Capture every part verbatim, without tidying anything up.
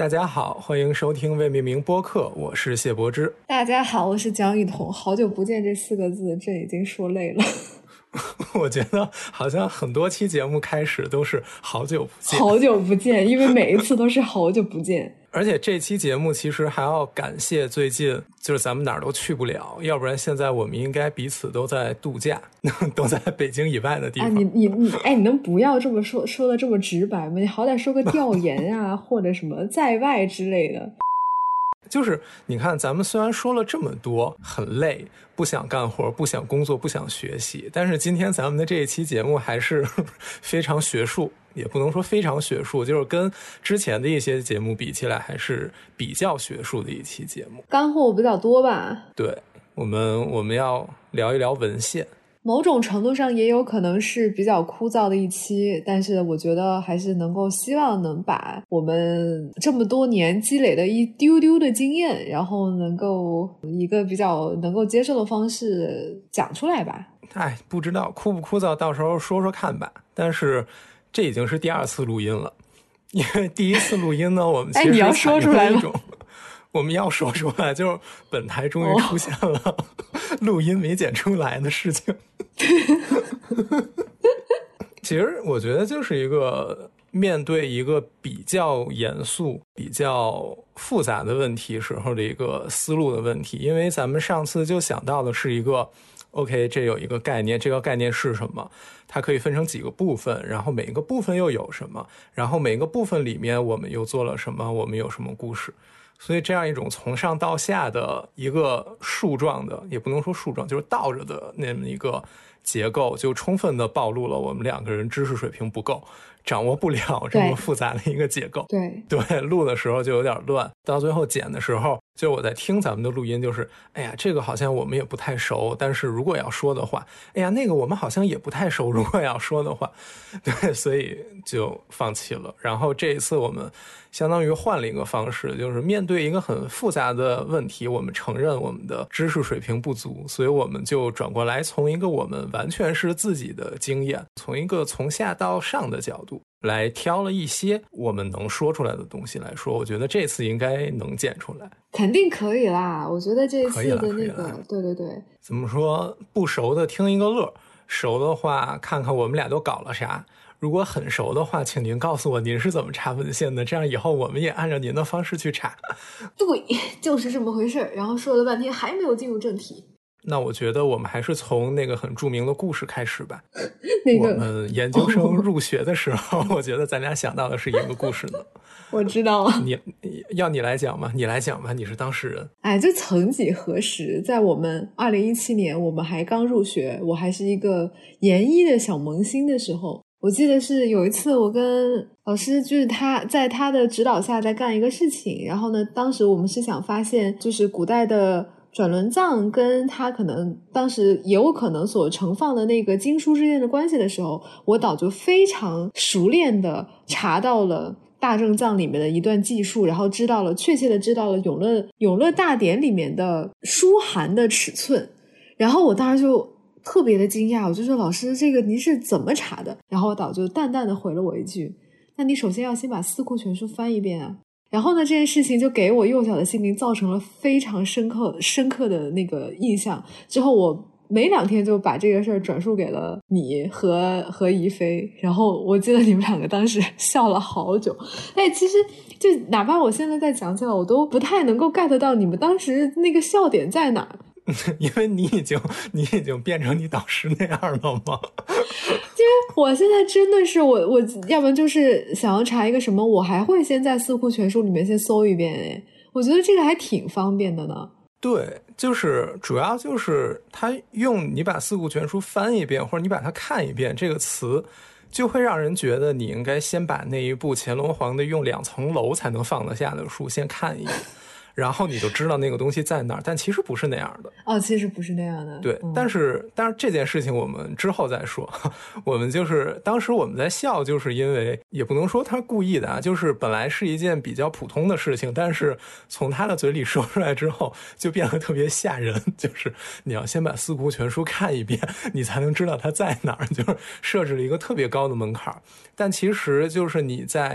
大家好，欢迎收听未命名播客，我是谢柏之。 大家好，我是蒋雨桐。好久不见这四个字，这已经说累了。 我觉得好像很多期节目开始都是好久不见， 好久不见，因为每一次都是好久不见。 而且这期节目其实还要感谢最近就是咱们哪儿都去不了，要不然现在我们应该彼此都在度假，都在北京以外的地方。 啊、你你你，哎，你能不要这么说，说的这么直白吗？你好歹说个调研啊，或者什么在外之类的。 就是你看咱们虽然说了这么多很累，不想干活，不想工作，不想学习，但是今天咱们的这一期节目还是非常学术，也不能说非常学术，就是跟之前的一些节目比起来还是比较学术的一期节目， 干货比较多吧。 对，我们我们要聊一聊文献， 某种程度上也有可能是比较枯燥的一期，但是我觉得还是能够希望能把我们这么多年积累的一丢丢的经验，然后能够一个比较能够接受的方式讲出来吧。 哎，不知道枯不枯燥，到时候说说看吧。但是这已经是第二次录音了，因为第一次录音呢，我们其实哎，你要说出来吗？ 我们要说出来，就是本台终于出现了、哦、录音没剪出来的事情。其实我觉得就是一个面对一个比较严肃、比较复杂的问题时候的一个思路的问题。因为咱们上次就想到的是一个 OK， 这有一个概念，这个概念是什么？它可以分成几个部分，然后每一个部分又有什么？然后每一个部分里面我们又做了什么？我们有什么故事？所以这样一种从上到下的一个树状的，也不能说树状，就是倒着的那么一个结构，就充分的暴露了我们两个人知识水平不够，掌握不了这么复杂的一个结构。 对对，录的时候就有点乱，到最后剪的时候，就是我在听咱们的录音，就是哎呀，这个好像我们也不太熟，但是如果要说的话，哎呀，那个我们好像也不太熟，如果要说的话，对，所以就放弃了。然后这一次我们相当于换了一个方式，就是面对一个很复杂的问题，我们承认我们的知识水平不足，所以我们就转过来从一个我们完全是自己的经验，从一个从下到上的角度来挑了一些我们能说出来的东西来说，我觉得这次应该能剪出来。 肯定可以啦，我觉得这次的那个，对对对， 怎么说，不熟的听一个乐，熟的话看看我们俩都搞了啥。如果很熟的话，请您告诉我您是怎么查文献的，这样以后我们也按照您的方式去查。 对，就是这么回事。然后说了半天还没有进入正题。 那我觉得我们还是从那个很著名的故事开始吧。 那个我们研究生入学的时候、哦、我觉得咱俩想到的是一个故事呢。 我知道啊， 你要你来讲吗？你来讲吧，你是当事人。 哎，这曾几何时，在我们二零一七年，我们还刚入学，我还是一个研一的小萌新的时候，我记得是有一次我跟老师就是他在他的指导下在干一个事情，然后呢，当时我们是想发现就是古代的转轮藏跟他可能当时也有可能所盛放的那个经书之间的关系的时候，我导就非常熟练的查到了大正藏里面的一段记述，然后知道了确切的知道了永乐永乐大典里面的书函的尺寸，然后我当时就特别的惊讶，我就说老师这个您是怎么查的？然后我导就淡淡的回了我一句，那你首先要先把四库全书翻一遍啊。然后呢，这件事情就给我幼小的心灵造成了非常深刻深刻的那个印象。之后我没两天就把这个事儿转述给了你和和怡菲，然后我记得你们两个当时笑了好久。哎，其实就哪怕我现在再讲起来，我都不太能够 get 到你们当时那个笑点在哪。 因为你已经你已经变成你导师那样了吗？ 因为我现在真的是我我要不然就是想要查一个什么，我还会先在四库全书里面先搜一遍。哎，我觉得这个还挺方便的呢。 对，就是主要就是他用你把四库全书翻一遍，或者你把它看一遍这个词，就会让人觉得你应该先把那一部乾隆皇帝用两层楼才能放得下的书先看一遍。然后你就知道那个东西在哪儿，但其实不是那样的。 哦，其实不是那样的。 对，嗯、但是但是这件事情我们之后再说。我们就是当时我们在笑，就是因为也不能说他故意的啊，就是本来是一件比较普通的事情，但是从他的嘴里说出来之后，就变得特别吓人。就是你要先把四库全书看一遍，你才能知道它在哪儿，就是设置了一个特别高的门槛。但其实就是你在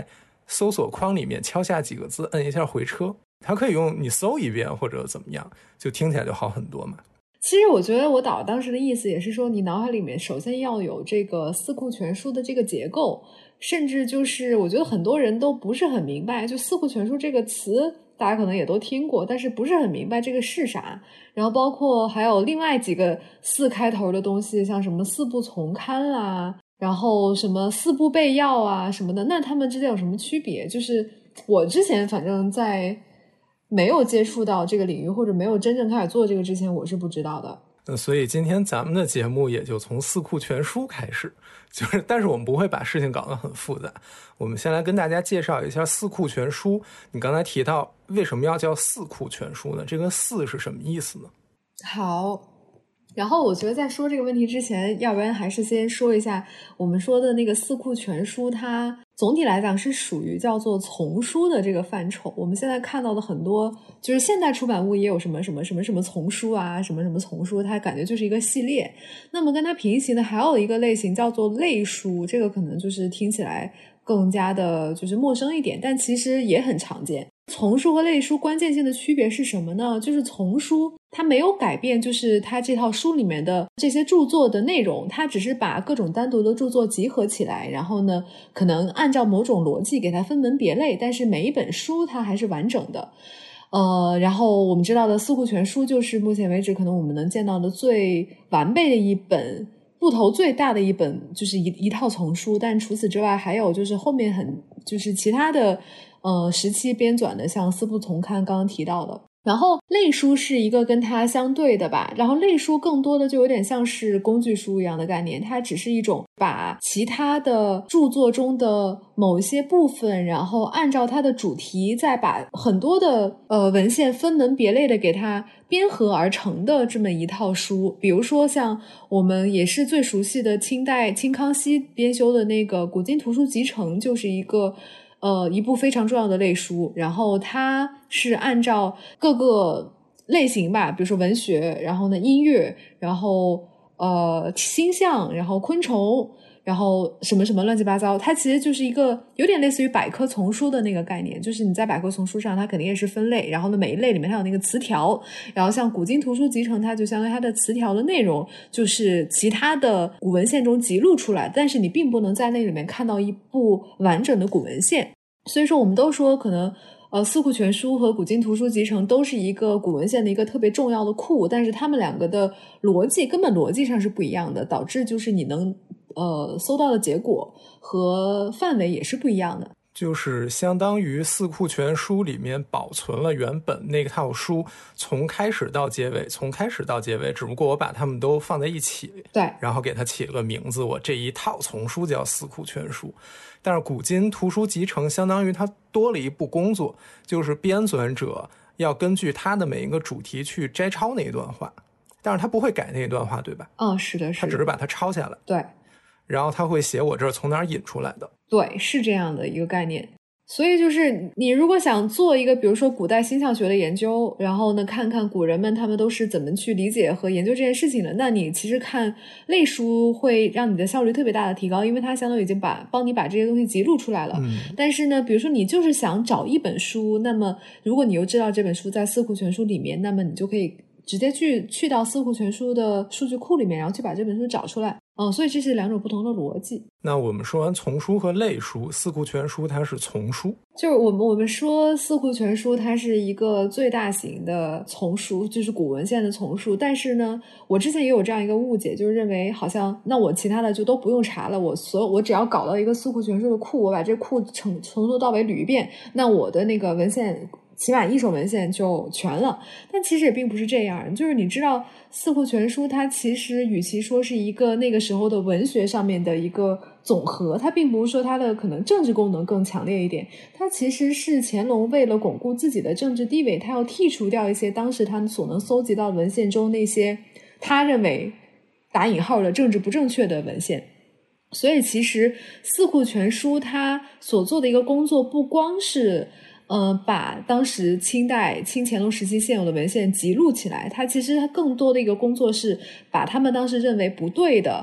搜索框里面敲下几个字，摁一下回车，它可以用你搜一遍或者怎么样，就听起来就好很多嘛。 其实我觉得我导当时的意思也是说，你脑海里面首先要有这个四库全书的这个结构，甚至就是我觉得很多人都不是很明白，就四库全书这个词大家可能也都听过，但是不是很明白这个是啥。然后包括还有另外几个四开头的东西，像什么四部丛刊啊，然后什么四部备要啊什么的，那他们之间有什么区别？就是我之前反正在没有接触到这个领域或者没有真正开始做这个之前，我是不知道的。 那所以今天咱们的节目也就从四库全书开始，就是但是我们不会把事情搞得很复杂。我们先来跟大家介绍一下四库全书。你刚才提到为什么要叫四库全书呢？这个四是什么意思呢？ 好，然后我觉得在说这个问题之前，要不然还是先说一下我们说的那个四库全书，它总体来讲是属于叫做丛书的这个范畴。我们现在看到的很多就是现代出版物也有什么什么什么什么丛书啊，什么什么丛书，它感觉就是一个系列。那么跟它平行的还有一个类型叫做类书，这个可能就是听起来更加的就是陌生一点，但其实也很常见。丛书和类书关键性的区别是什么呢？就是丛书它没有改变就是它这套书里面的这些著作的内容，它只是把各种单独的著作集合起来，然后呢可能按照某种逻辑给它分门别类，但是每一本书它还是完整的。呃，然后我们知道的四库全书就是目前为止可能我们能见到的最完备的一本，部头最大的一本，就是一一套丛书。但除此之外还有就是后面很就是其他的呃时期编纂的，像四部丛刊刚刚提到的。然后类书是一个跟它相对的吧，然后类书更多的就有点像是工具书一样的概念，它只是一种把其他的著作中的某一些部分，然后按照它的主题再把很多的呃文献分门别类的给它编合而成的这么一套书。比如说像我们也是最熟悉的清代清康熙编修的那个古今图书集成，就是一个呃，一部非常重要的类书，然后它是按照各个类型吧，比如说文学，然后呢音乐，然后呃星象，然后昆虫，然后什么什么乱七八糟，它其实就是一个有点类似于百科丛书的那个概念，就是你在百科丛书上它肯定也是分类，然后呢每一类里面它有那个词条，然后像古今图书集成，它就相当于它的词条的内容就是其他的古文献中辑录出来，但是你并不能在那里面看到一部完整的古文献。所以说我们都说可能呃，四库全书和古今图书集成都是一个古文献的一个特别重要的库，但是他们两个的逻辑根本逻辑上是不一样的，导致就是你能呃搜到的结果和范围也是不一样的。 就是相当于四库全书里面保存了原本那套书从开始到结尾，从开始到结尾，只不过我把它们都放在一起， 对， 然后给它起了个名字，我这一套丛书叫四库全书。但是古今图书集成相当于它多了一步工作，就是编纂者要根据它的每一个主题去摘抄那一段话，但是他不会改那一段话，对吧？ 嗯，是的，是的， 他只是把它抄下来， 对， 然后他会写我这儿从哪儿引出来的， 对，是这样的一个概念。所以就是你如果想做一个比如说古代星象学的研究，然后呢看看古人们他们都是怎么去理解和研究这件事情的，那你其实看类书会让你的效率特别大的提高，因为它相当于已经把帮你把这些东西辑录出来了、嗯、但是呢比如说你就是想找一本书，那么如果你又知道这本书在四库全书里面，那么你就可以直接去去到四库全书的数据库里面，然后去把这本书找出来。嗯，所以这是两种不同的逻辑。 那我们说完丛书和类书，四库全书它是丛书， 就是我们我们说四库全书它是一个最大型的丛书，就是古文献的丛书。但是呢，我之前也有这样一个误解，就是认为好像那我其他的就都不用查了，我所有我只要搞到一个四库全书的库，我把这库从从头到尾捋一遍，那我的那个文献起码一手文献就全了。但其实也并不是这样，就是你知道四库全书它其实与其说是一个那个时候的文学上面的一个总和，它并不是说它的可能政治功能更强烈一点，它其实是乾隆为了巩固自己的政治地位，他要剔除掉一些当时他所能搜集到文献中那些他认为打引号的政治不正确的文献。所以其实四库全书它所做的一个工作不光是呃，把当时清代清乾隆时期现有的文献辑录起来，它其实它更多的一个工作是把他们当时认为不对的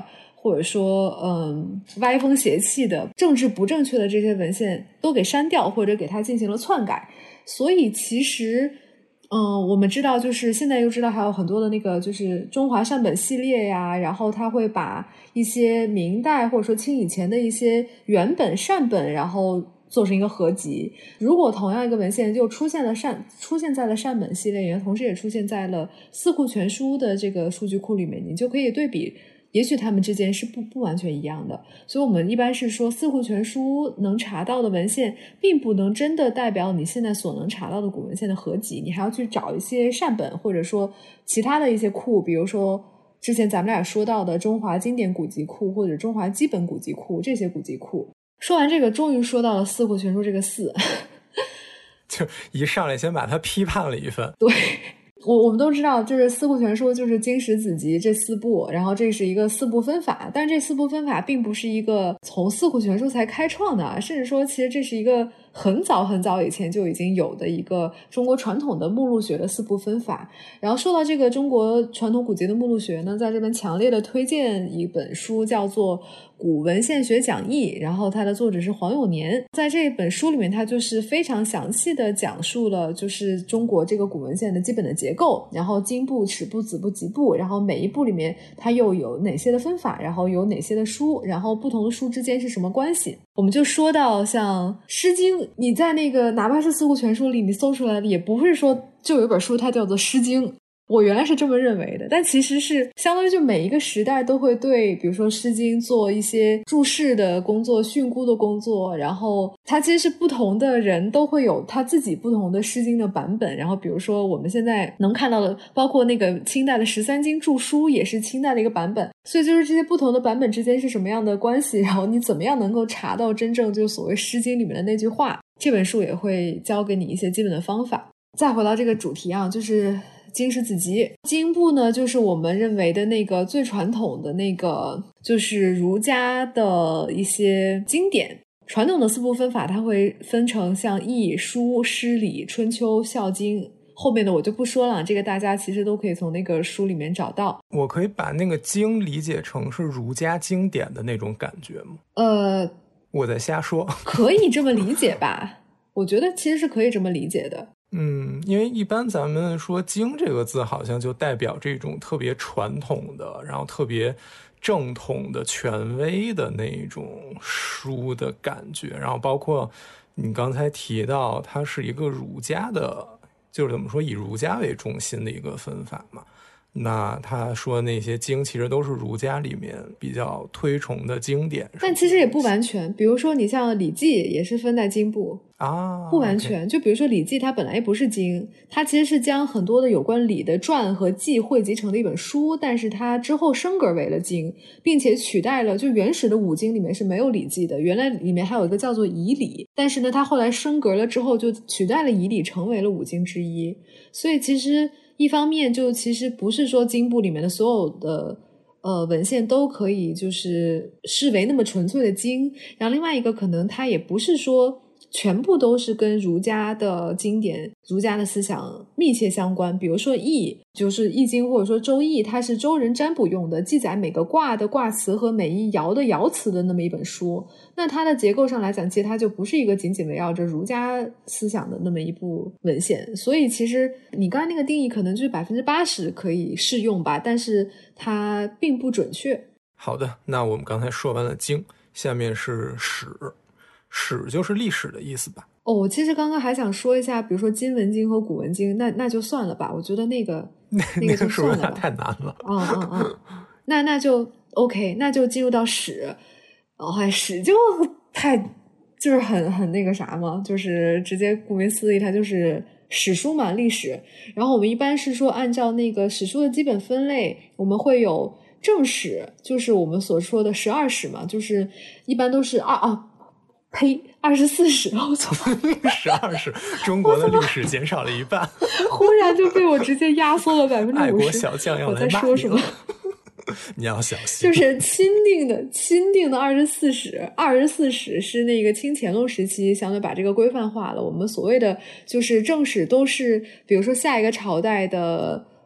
或者说嗯歪风邪气的政治不正确的这些文献都给删掉，或者给它进行了篡改。所以其实嗯，我们知道就是现在又知道还有很多的那个就是中华善本系列呀，然后他会把一些明代或者说清以前的一些原本善本然后做成一个合集。如果同样一个文献就出现了善出现在了善本系列里面，同时也出现在了四库全书的这个数据库里面，你就可以对比，也许他们之间是不不完全一样的。所以我们一般是说四库全书能查到的文献并不能真的代表你现在所能查到的古文献的合集，你还要去找一些善本或者说其他的一些库，比如说之前咱们俩说到的中华经典古籍库或者中华基本古籍库，这些古籍库。说完这个终于说到了四库全书这个四就一上来先把它批判了一番。 对，我我们都知道就是四库全书就是经史子集这四部，然后这是一个四部分法，但这四部分法并不是一个从四库全书才开创的，甚至说其实这是一个很早很早以前就已经有的一个中国传统的目录学的四部分法。然后说到这个中国传统古籍的目录学呢，在这边强烈的推荐一本书叫做《古文献学讲义》，然后它的作者是黄永年。在这本书里面，它就是非常详细的讲述了就是中国这个古文献的基本的结构，然后经部、尺部、子部、集部，然后每一部里面它又有哪些的分法，然后有哪些的书，然后不同的书之间是什么关系。我们就说到像《诗经》，你在那个哪怕是四库全书里你搜出来的，也不是说就有一本书它叫做《诗经》，我原来是这么认为的，但其实是相当于就每一个时代都会对比如说《诗经》做一些注释的工作、训诂的工作，然后它其实是不同的人都会有他自己不同的《诗经》的版本。然后比如说我们现在能看到的包括那个清代的十三经注疏也是清代的一个版本，所以就是这些不同的版本之间是什么样的关系，然后你怎么样能够查到真正就所谓《诗经》里面的那句话，这本书也会教给你一些基本的方法。再回到这个主题啊，就是经史子集。经部呢就是我们认为的那个最传统的那个就是儒家的一些经典。传统的四部分法它会分成像易、书、诗、礼、春秋、孝经，后面的我就不说了，这个大家其实都可以从那个书里面找到。 我可以把那个经理解成是儒家经典的那种感觉吗？ 呃， 我在瞎说。 可以这么理解吧，我觉得其实是可以这么理解的。 嗯，因为一般咱们说经这个字好像就代表这种特别传统的，然后特别正统的权威的那种书的感觉，然后包括你刚才提到它是一个儒家的，就是怎么说以儒家为中心的一个分法嘛，那他说那些经其实都是儒家里面比较推崇的经典， 但其实也不完全。比如说你像《礼记》也是分在经部啊， 不完全。就比如说《礼记》它本来不是经，它其实是将很多的有关礼的传和记汇集成的一本书，但是它之后升格为了经，并且取代了就原始的五经里面是没有《礼记》的，原来里面还有一个叫做仪礼，但是呢它后来升格了之后就取代了仪礼成为了五经之一。所以其实一方面就其实不是说经部里面的所有的呃文献都可以就是视为那么纯粹的经，然后另外一个可能它也不是说全部都是跟儒家的经典儒家的思想密切相关。比如说易，就是易经或者说周易，它是周人占卜用的，记载每个卦的卦辞和每一爻的爻辞的那么一本书，那它的结构上来讲其实它就不是一个仅仅围绕着儒家思想的那么一部文献。所以其实你刚才那个定义可能就是 百分之八十 可以适用吧，但是它并不准确。 好的，那我们刚才说完了经，下面是史。史就是历史的意思吧？ 哦，我其实刚刚还想说一下，比如说今文经和古文经，那那就算了吧。我觉得那个那个就算了吧， 太难了。 嗯嗯嗯，那那就 OK， 那就进入到史。哦，还史就太就是很很那个啥嘛，就是直接顾名思义，它就是史书嘛，历史。然后我们一般是说按照那个史书的基本分类，我们会有正史，就是我们所说的十二史嘛，就是一般都是二啊。呸，二十四史，我操， 十二史，中国的历史减少了一半， 忽然就被我直接压缩了百分之五十。 爱国小将要来骂你了， 我在说什么？ 你要小心。 就是钦定的钦定的二十四史，二十四史是那个清乾隆时期相对把这个规范化了。我们所谓的就是正史都是，比如说下一个朝代的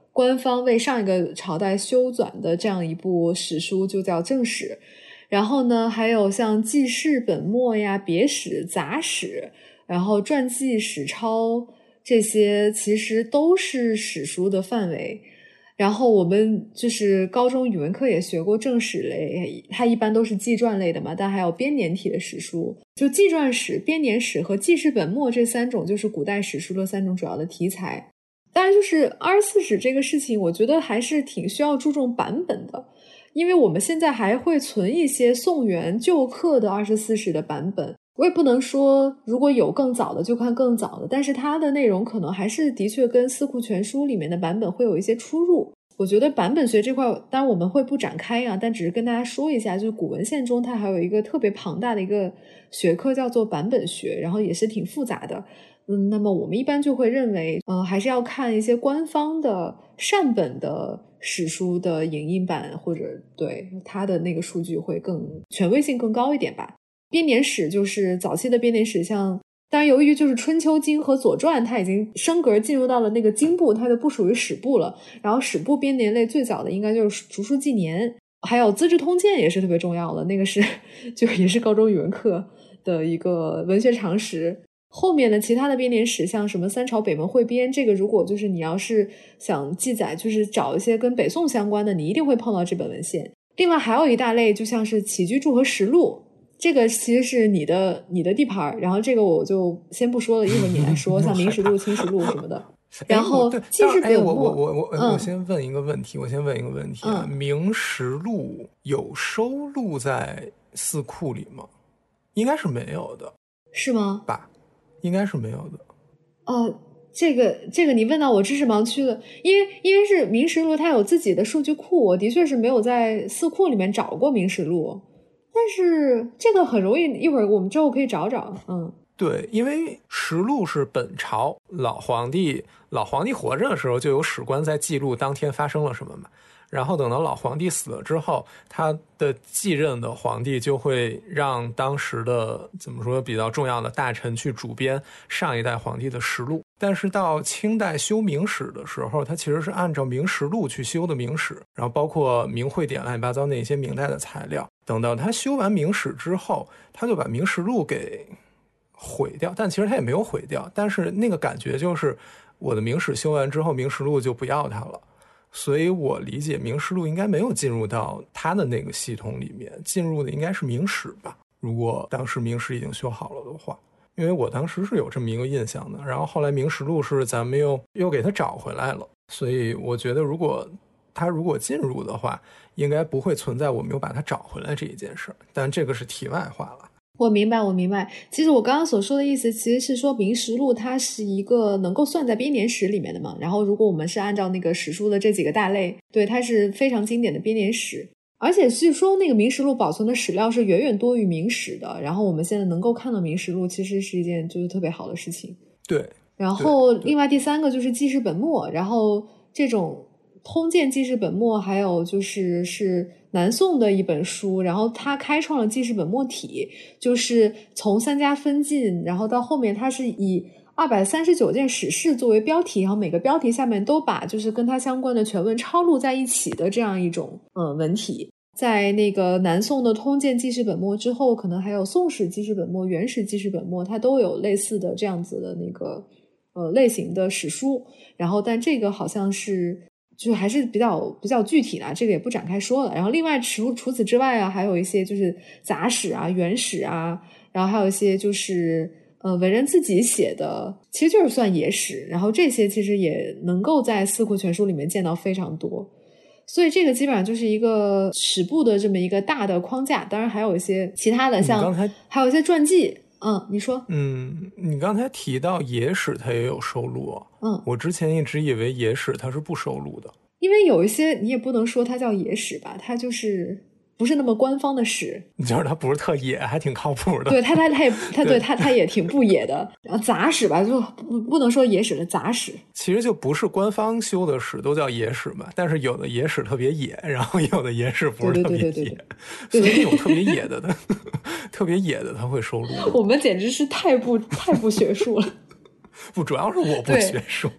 官方为上一个朝代修纂的这样一部史书，就叫正史。然后呢，还有像记事本末呀、别史、杂史，然后传记、史钞，这些其实都是史书的范围。然后我们就是高中语文课也学过正史类，它一般都是纪传类的嘛，但还有编年体的史书。就纪传史、编年史和记事本末这三种就是古代史书的三种主要的题材。当然就是二十四史这个事情，我觉得还是挺需要注重版本的。因为我们现在还会存一些宋元旧刻的二十四史的版本，我也不能说如果有更早的就看更早的，但是它的内容可能还是的确跟四库全书里面的版本会有一些出入。我觉得版本学这块当然我们会不展开啊，但只是跟大家说一下，就是古文献中它还有一个特别庞大的一个学科叫做版本学，然后也是挺复杂的。嗯，那么我们一般就会认为呃，还是要看一些官方的善本的史书的影印版，或者对它的那个数据会更权威性更高一点吧。编年史就是早期的编年史，像当然由于就是春秋经和左传它已经升格进入到了那个经部，它就不属于史部了。然后史部编年类最早的应该就是竹书纪年，还有资治通鉴也是特别重要的，那个是就也是高中语文课的一个文学常识。后面的其他的编年史像什么三朝北门汇编，这个如果就是你要是想记载，就是找一些跟北宋相关的，你一定会碰到这本文献。另外还有一大类就像是起居注和实录，这个其实是你的你的地盘，然后这个我就先不说了，一会儿你来说像明实录、清实录什么的。然后记事本末， 我我我我、嗯、我先问一个问题，我先问一个问题啊，嗯、明实录有收录在四库里吗？应该是没有的， 是吗？ 吧？应该是没有的。 呃，这个这个你问到我知识盲区了，因为因为是明实录它有自己的数据库，我的确是没有在四库里面找过明实录，但是这个很容易，一会儿我们之后可以找找。嗯， 对，因为实录是本朝老皇帝老皇帝活着的时候就有史官在记录当天发生了什么嘛。然后等到老皇帝死了之后，他的继任的皇帝就会让当时的怎么说比较重要的大臣去主编上一代皇帝的实录。但是到清代修明史的时候，他其实是按照明实录去修的明史，然后包括明会典乱七八糟那些明代的材料。等到他修完明史之后，他就把明实录给毁掉，但其实他也没有毁掉，但是那个感觉就是我的明史修完之后，明实录就不要它了。所以我理解明实录应该没有进入到他的那个系统里面，进入的应该是明史吧，如果当时明史已经修好了的话，因为我当时是有这么一个印象的。然后后来明实录是咱们又又给他找回来了，所以我觉得如果他如果进入的话，应该不会存在我没有把他找回来这一件事，但这个是题外话了。 我明白我明白，其实我刚刚所说的意思其实是说明实录它是一个能够算在编年史里面的嘛，然后如果我们是按照那个史书的这几个大类，对，它是非常经典的编年史，而且据说那个明实录保存的史料是远远多于明史的，然后我们现在能够看到明实录其实是一件就是特别好的事情。 对， 然后另外第三个就是记事本末，然后这种通鉴记事本末还有就是是南宋的一本书，然后它开创了记事本末体，就是从三家分晋，然后到后面它是以二百三十九件史事作为标题，然后每个标题下面都把就是跟它相关的全文抄录在一起的这样一种呃文体。在那个南宋的通鉴记事本末之后，可能还有宋史记事本末、元史记事本末，它都有类似的这样子的那个呃类型的史书，然后但这个好像是就还是比较比较具体啦，这个也不展开说了。然后另外除除此之外啊，还有一些就是杂史啊、元史啊，然后还有一些就是呃文人自己写的，其实就是算野史，然后这些其实也能够在四库全书里面见到非常多。所以这个基本上就是一个史部的这么一个大的框架，当然还有一些其他的，像还有一些传记。嗯，你说。 嗯，你刚才提到野史它也有收录啊。 嗯， 我之前一直以为野史它是不收录的， 因为有一些你也不能说它叫野史吧，它就是不是那么官方的史， 就是它不是特野，还挺靠谱的。 对，它它它也它对它它也挺不野的。然后杂史吧，就不不能说野史的杂史， 其实就不是官方修的史都叫野史嘛，但是有的野史特别野，然后有的野史不是特别野， 对对对对对对， 所以那种特别野的的特别野的他会收录。 我们简直是太不太不学术了。 不，主要是我不学术。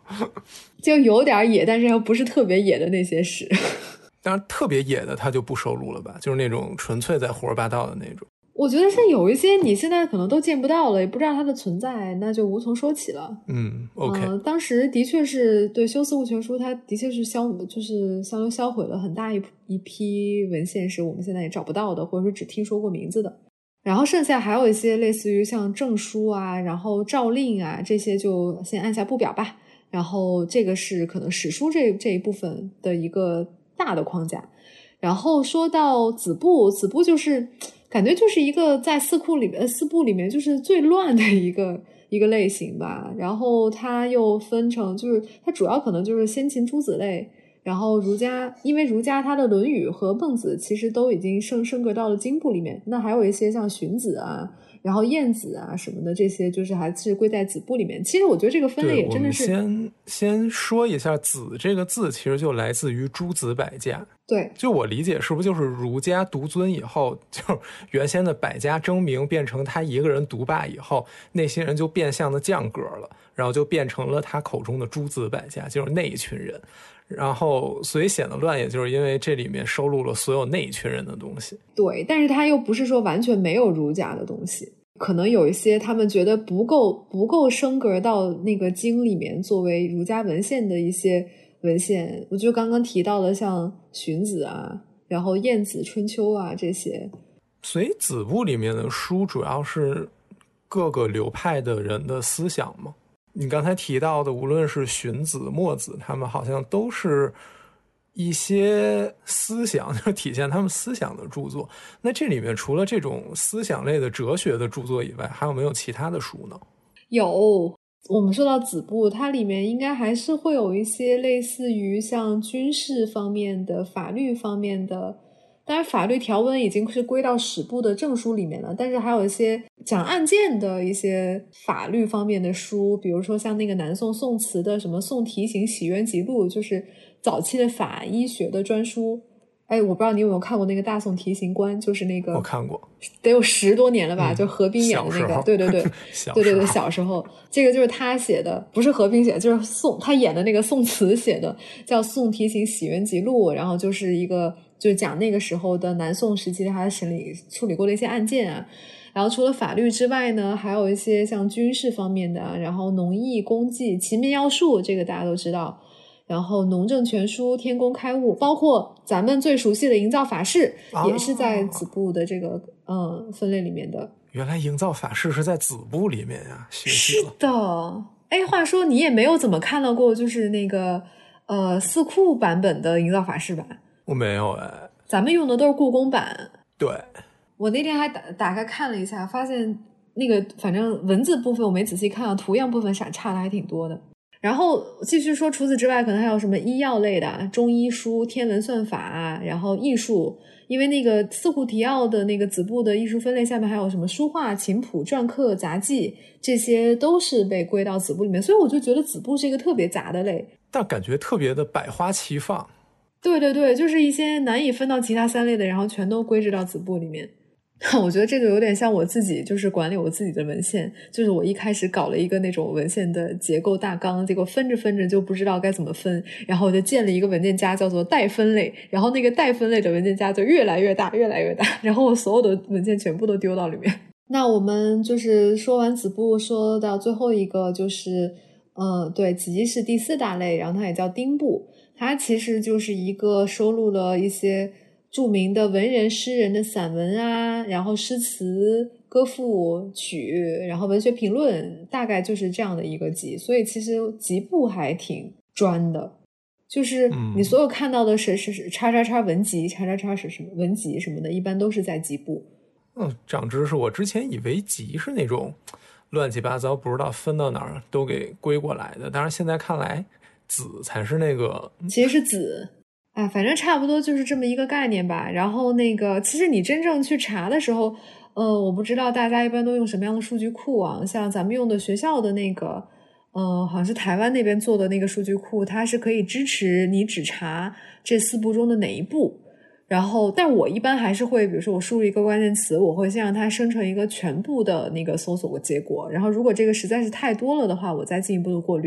就有点野，但是又不是特别野的那些史。 当然特别野的他就不收录了吧，就是那种纯粹在胡说八道的那种。 我觉得是有一些你现在可能都见不到了，也不知道它的存在，那就无从说起了。 嗯 OK、 呃、当时的确是对修四库全书，它的确是销就是相当于销毁了很大一一批文献，是我们现在也找不到的，或者说只听说过名字的。然后剩下还有一些类似于像证书啊，然后诏令啊，这些就先按下不表吧。然后这个是可能史书这这一部分的一个大的框架。然后说到子部，子部就是感觉就是一个在四库里面四部里面就是最乱的一个一个类型吧。然后它又分成就是它主要可能就是先秦诸子类，然后儒家，因为儒家它的论语和孟子其实都已经升升格到了经部里面，那还有一些像荀子啊，然后晏子啊什么的，这些就是还是归在子部里面。其实我觉得这个分类也真的是， 我们先先说一下子这个字其实就来自于诸子百家。 对， 就我理解是不是就是儒家独尊以后，就原先的百家争鸣变成他一个人独霸以后，那些人就变相的降格了，然后就变成了他口中的诸子百家，就是那一群人。然后所以显得乱，也就是因为这里面收录了所有那一群人的东西。 对，但是他又不是说完全没有儒家的东西，可能有一些他们觉得不够不够升格到那个经里面作为儒家文献的一些文献，我就刚刚提到的像荀子啊，然后晏子春秋啊这些。 所以子部里面的书主要是各个流派的人的思想吗？你刚才提到的无论是荀子墨子，他们好像都是一些思想，就体现他们思想的著作。那这里面除了这种思想类的哲学的著作以外，还有没有其他的书呢？ 有，我们说到子部，它里面应该还是会有一些类似于像军事方面的、法律方面的，当然法律条文已经是归到史部的正书里面了，但是还有一些讲案件的一些法律方面的书，比如说像那个南宋宋慈的什么《宋题行洗冤集录》，就是早期的法医学的专书。哎，我不知道你有没有看过那个大宋提刑官，就是那个我看过， 得有十多年了吧， 嗯、 就何冰演的那个，对对对， 小对对对，小时候，这个就是他写的，不是何冰写的，就是宋他演的那个宋慈写的，叫《宋提刑洗冤集录》，然后就是一个就是讲那个时候的南宋时期他审理处理过的一些案件啊。然后除了法律之外呢，还有一些像军事方面的，然后农艺、功绩、奇门要术，这个大家都知道。然后农政全书、天工开物，包括咱们最熟悉的营造法式、哦、也是在子部的这个嗯分类里面的。 原来营造法式是在子部里面呀，学习了。 是的。哎，话说你也没有怎么看到过就是那个呃四库版本的营造法式吧？ 我没有哎， 咱们用的都是故宫版。 对， 我那天还打打开看了一下，发现那个反正文字部分我没仔细看到，图样部分差差的还挺多的。然后继续说，除此之外可能还有什么医药类的中医书、天文算法，然后艺术，因为那个四库提要的那个子部的艺术分类下面还有什么书画、琴谱、篆刻、杂技，这些都是被归到子部里面，所以我就觉得子部是一个特别杂的类， 但感觉特别的百花齐放。 对对对，就是一些难以分到其他三类的，然后全都归置到子部里面。我觉得这个有点像我自己就是管理我自己的文献，就是我一开始搞了一个那种文献的结构大纲，结果分着分着就不知道该怎么分，然后我就建了一个文件夹叫做待分类，然后那个待分类的文件夹就越来越大越来越大，然后我所有的文件全部都丢到里面。那我们就是说完子部，说到最后一个就是嗯，对，子集是第四大类，然后它也叫丁部，它其实就是一个收录了一些著名的文人诗人的散文啊，然后诗词、歌赋、曲，然后文学评论，大概就是这样的一个集。所以其实集部还挺专的，就是你所有看到的是是是叉叉叉文集、叉叉叉是什么文集什么的，一般都是在集部。 嗯，长知识，我之前以为集是那种乱七八糟不知道分到哪儿都给归过来的，但是现在看来子才是那个， 其实是子。啊，反正差不多就是这么一个概念吧。然后那个，其实你真正去查的时候，呃，我不知道大家一般都用什么样的数据库啊？像咱们用的学校的那个，呃，好像是台湾那边做的那个数据库，它是可以支持你只查这四部中的哪一部。然后，但我一般还是会，比如说我输入一个关键词，我会先让它生成一个全部的那个搜索结果。然后，如果这个实在是太多了的话，我再进一步的过滤。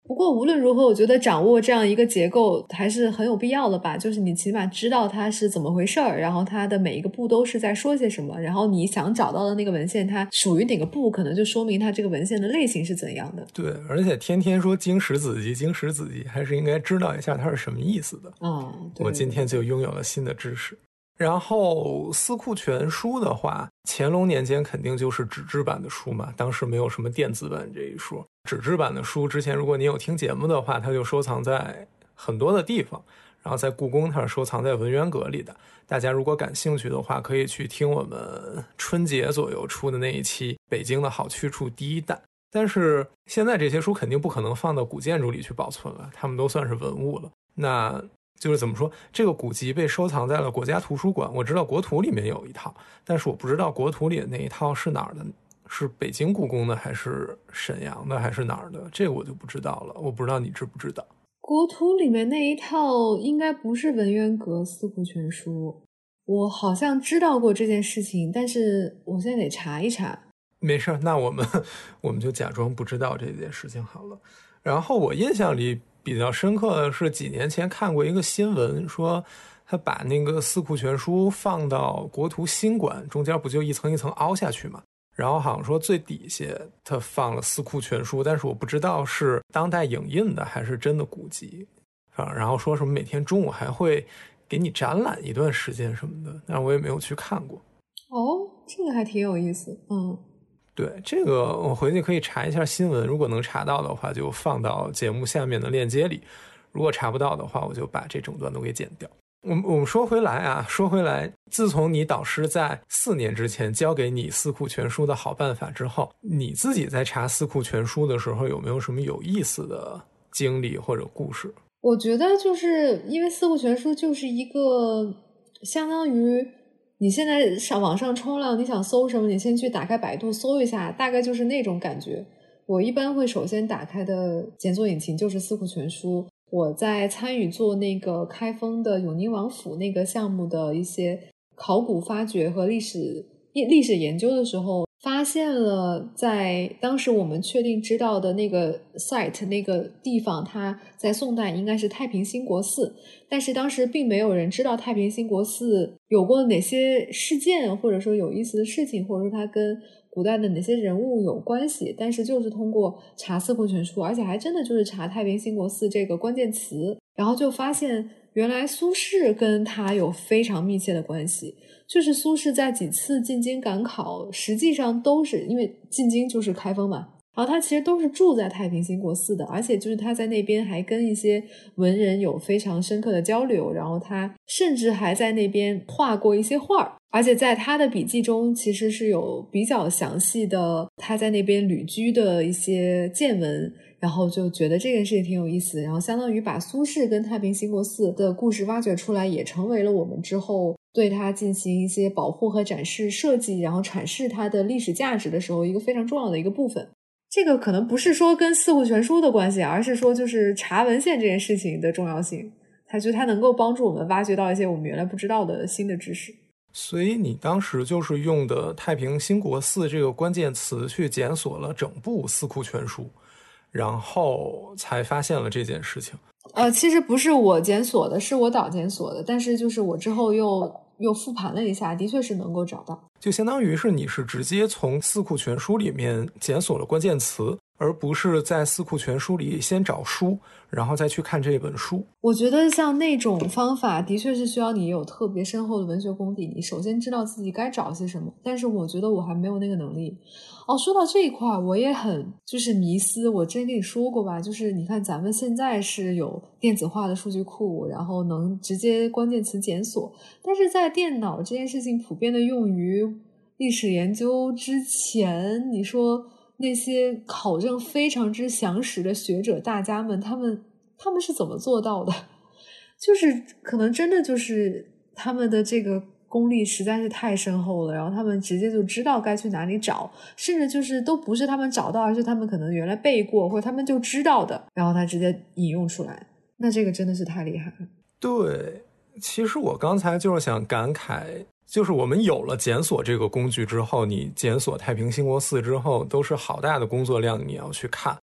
不过无论如何，我觉得掌握这样一个结构还是很有必要的吧，就是你起码知道它是怎么回事儿，然后它的每一个步都是在说些什么，然后你想找到的那个文献它属于哪个步，可能就说明它这个文献的类型是怎样的。 对，而且天天说经史子集经史子集，还是应该知道一下它是什么意思的啊。对， 我今天就拥有了新的知识。然后四库全书的话，乾隆年间肯定就是纸质版的书嘛，当时没有什么电子版这一说。纸质版的书之前如果你有听节目的话，它就收藏在很多的地方，然后在故宫它是收藏在文渊阁里的。大家如果感兴趣的话，可以去听我们春节左右出的那一期北京的好去处第一弹。但是现在这些书肯定不可能放到古建筑里去保存了，它们都算是文物了。那就是怎么说，这个古籍被收藏在了国家图书馆，我知道国图里面有一套，但是我不知道国图里的那一套是哪儿的，是北京故宫的还是沈阳的还是哪儿的，这个我就不知道了，我不知道你知不知道。 国图里面那一套应该不是文渊阁四库全书，我好像知道过这件事情，但是我现在得查一查。 没事，那我们我们就假装不知道这件事情好了。然后我印象里比较深刻的是几年前看过一个新闻，说他把那个四库全书放到国图新馆，中间不就一层一层凹下去嘛，然后好像说最底下他放了四库全书，但是我不知道是当代影印的还是真的古籍，然后说什么每天中午还会给你展览一段时间什么的，但我也没有去看过。 哦，这个还挺有意思。嗯， 对，这个我回去可以查一下新闻，如果能查到的话就放到节目下面的链接里，如果查不到的话我就把这整段都给剪掉。我们我们说回来啊，说回来，自从你导师在四年之前教给你四库全书的好办法之后，你自己在查四库全书的时候有没有什么有意思的经历或者故事？ 我觉得就是因为四库全书就是一个相当于你现在上网上冲浪，你想搜什么，你先去打开百度搜一下，大概就是那种感觉。我一般会首先打开的检索引擎就是四库全书。我在参与做那个开封的永宁王府那个项目的一些考古发掘和历史历史研究的时候，发现了在当时我们确定知道的那个 site 那个地方，它在宋代应该是太平兴国寺，但是当时并没有人知道太平兴国寺有过哪些事件，或者说有意思的事情，或者说它跟古代的哪些人物有关系，但是就是通过查四库全书，而且还真的就是查太平兴国寺这个关键词，然后就发现原来苏轼跟他有非常密切的关系。就是苏轼在几次进京赶考，实际上都是因为进京就是开封嘛，然后他其实都是住在太平兴国寺的，而且就是他在那边还跟一些文人有非常深刻的交流，然后他甚至还在那边画过一些画，而且在他的笔记中其实是有比较详细的他在那边旅居的一些见闻，然后就觉得这件事情挺有意思，然后相当于把苏轼跟太平兴国寺的故事挖掘出来，也成为了我们之后对它进行一些保护和展示设计，然后阐释它的历史价值的时候一个非常重要的一个部分。这个可能不是说跟四库全书的关系，而是说就是查文献这件事情的重要性，它就它能够帮助我们挖掘到一些我们原来不知道的新的知识。 所以你当时就是用的太平兴国寺这个关键词去检索了整部四库全书，然后才发现了这件事情。 呃，其实不是我检索的，是我导检索的，但是就是我之后又又复盘了一下，的确是能够找到。 就相当于是你是直接从四库全书里面检索了关键词，而不是在四库全书里先找书，然后再去看这本书。 我觉得像那种方法的确是需要你有特别深厚的文学功底，你首先知道自己该找些什么，但是我觉得我还没有那个能力。哦，说到这一块我也很就是迷思，我之前跟你说过吧，就是你看咱们现在是有电子化的数据库，然后能直接关键词检索，但是在电脑这件事情普遍的用于历史研究之前，你说那些考证非常之详实的学者大家们，他们他们是怎么做到的？就是可能真的就是他们的这个功力实在是太深厚了，然后他们直接就知道该去哪里找，甚至就是都不是他们找到，而是他们可能原来背过，或者他们就知道的，然后他直接引用出来，那这个真的是太厉害了。 对，其实我刚才就是想感慨，就是我们有了检索这个工具之后，你检索太平兴国寺之后都是好大的工作量你要去看，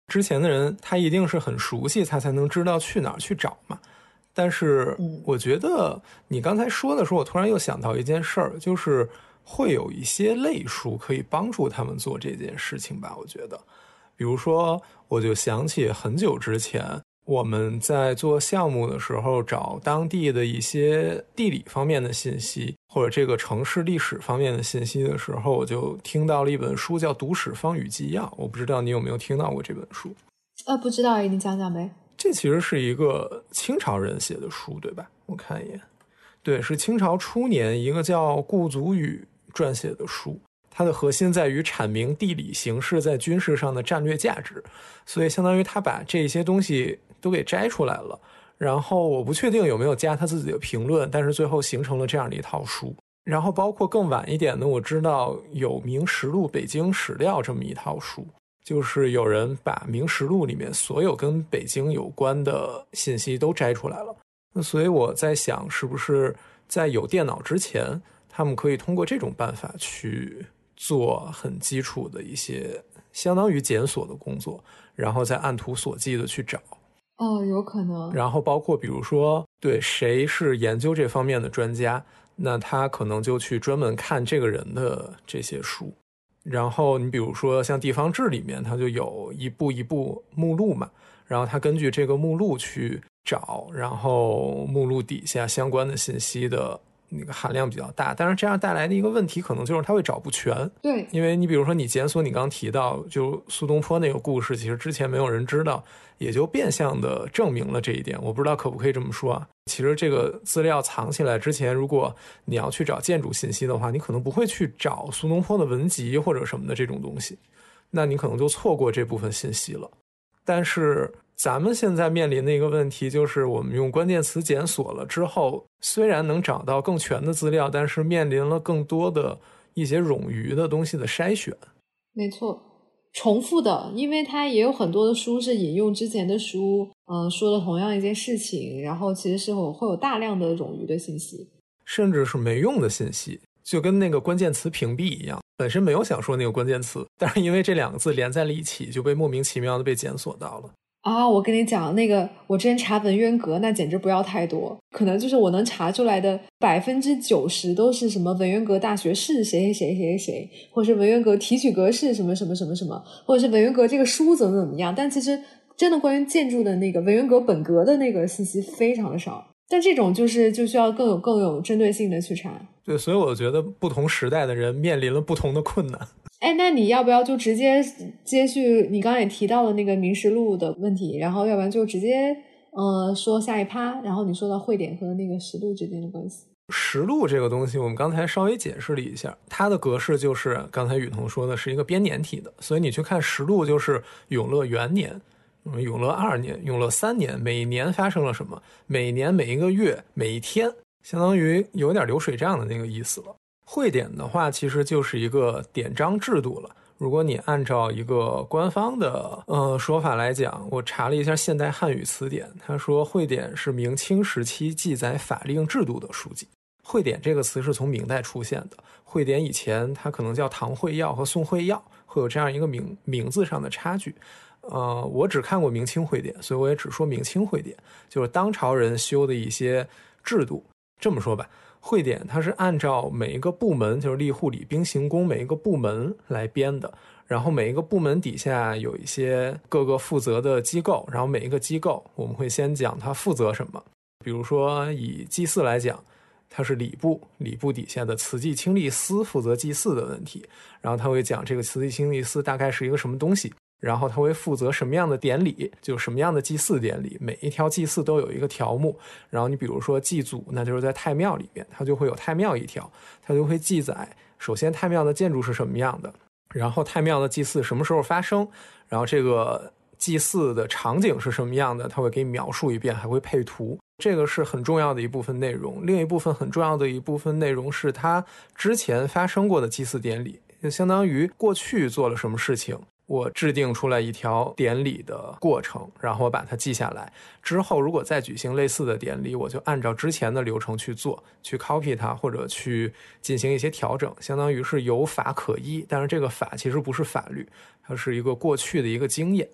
之前的人他一定是很熟悉，他才能知道去哪儿去找嘛。但是我觉得你刚才说的时候，我突然又想到一件事儿，就是会有一些类书可以帮助他们做这件事情吧。我觉得比如说我就想起很久之前我们在做项目的时候，找当地的一些地理方面的信息或者这个城市历史方面的信息的时候，我就听到了一本书叫《读史方语纪要》，我不知道你有没有听到过这本书。 呃，不知道，你讲讲呗。 这其实是一个清朝人写的书，对吧？我看一眼，对，是清朝初年一个叫顾祖禹撰写的书，它的核心在于阐明地理形势在军事上的战略价值，所以相当于他把这些东西都给摘出来了，然后我不确定有没有加他自己的评论，但是最后形成了这样的一套书。然后包括更晚一点的，我知道有《明实录北京史料》这么一套书，就是有人把《明实录》里面所有跟北京有关的信息都摘出来了。那所以我在想，是不是在有电脑之前，他们可以通过这种办法去做很基础的一些相当于检索的工作，然后再按图索骥的去找。 哦，有可能。 然后包括比如说，对，谁是研究这方面的专家，那他可能就去专门看这个人的这些书。然后你比如说像地方志里面，它就有一步一步目录嘛，然后他根据这个目录去找，然后目录底下相关的信息的那个含量比较大，但是这样带来的一个问题可能就是它会找不全。 对， 因为你比如说你检索你刚提到就苏东坡那个故事，其实之前没有人知道，也就变相的证明了这一点。我不知道可不可以这么说啊，其实这个资料藏起来之前，如果你要去找建筑信息的话，你可能不会去找苏东坡的文集或者什么的这种东西，那你可能就错过这部分信息了。但是咱们现在面临的一个问题就是，我们用关键词检索了之后，虽然能找到更全的资料，但是面临了更多的一些冗余的东西的筛选。 没错，重复的，因为它也有很多的书是引用之前的书，嗯、呃，说了同样一件事情，然后其实是会有大量的冗余的信息， 甚至是没用的信息，就跟那个关键词屏蔽一样，本身没有想说那个关键词，但是因为这两个字连在了一起，就被莫名其妙的被检索到了。 啊，我跟你讲，那个我之前查文渊阁，那简直不要太多，可能就是我能查出来的百分之九十都是什么文渊阁大学士谁谁谁谁谁，或者是文渊阁提取格式什么什么什么什么，或者是文渊阁这个书怎么怎么样，但其实真的关于建筑的那个文渊阁本格的那个信息非常的少，但这种就是就需要更有更有针对性的去查。 对，所以我觉得不同时代的人面临了不同的困难。 哎，那你要不要就直接接续你刚刚也提到的那个明实录的问题，然后要不然就直接呃说下一趴，然后你说到汇点和那个实录之间的关系。 实录这个东西我们刚才稍微解释了一下，它的格式就是刚才雨桐说的是一个编年体的，所以你去看实录就是永乐元年、永乐二年、永乐三年，每一年发生了什么，每一年每一个月每一天，相当于有点流水账的那个意思了。汇点的话其实就是一个典章制度了，如果你按照一个官方的呃说法来讲，我查了一下现代汉语词典，他说汇典是明清时期记载法令制度的书籍。汇典这个词是从明代出现的，汇典以前它可能叫唐会要和宋会要，会有这样一个名名字上的差距。呃，我只看过明清汇典，所以我也只说明清汇典，就是当朝人修的一些制度。这么说吧，汇典它是按照每一个部门，就是吏户礼兵刑工每一个部门来编的，然后每一个部门底下有一些各个负责的机构，然后每一个机构我们会先讲它负责什么。比如说以祭祀来讲，它是礼部，礼部底下的慈济清吏司负责祭祀的问题，然后他会讲这个慈济清吏司大概是一个什么东西，然后他会负责什么样的典礼，就是什么样的祭祀典礼，每一条祭祀都有一个条目。然后你比如说祭祖，那就是在太庙里面，它就会有太庙一条，它就会记载首先太庙的建筑是什么样的，然后太庙的祭祀什么时候发生，然后这个祭祀的场景是什么样的，它会给你描述一遍，还会配图。这个是很重要的一部分内容。另一部分很重要的一部分内容是它之前发生过的祭祀典礼，就相当于过去做了什么事情，我制定出来一条典礼的过程，然后我把它记下来，之后如果再举行类似的典礼，我就按照之前的流程去做，去 copy 它，或者去进行一些调整，相当于是有法可依。但是这个法其实不是法律，它是一个过去的一个经验。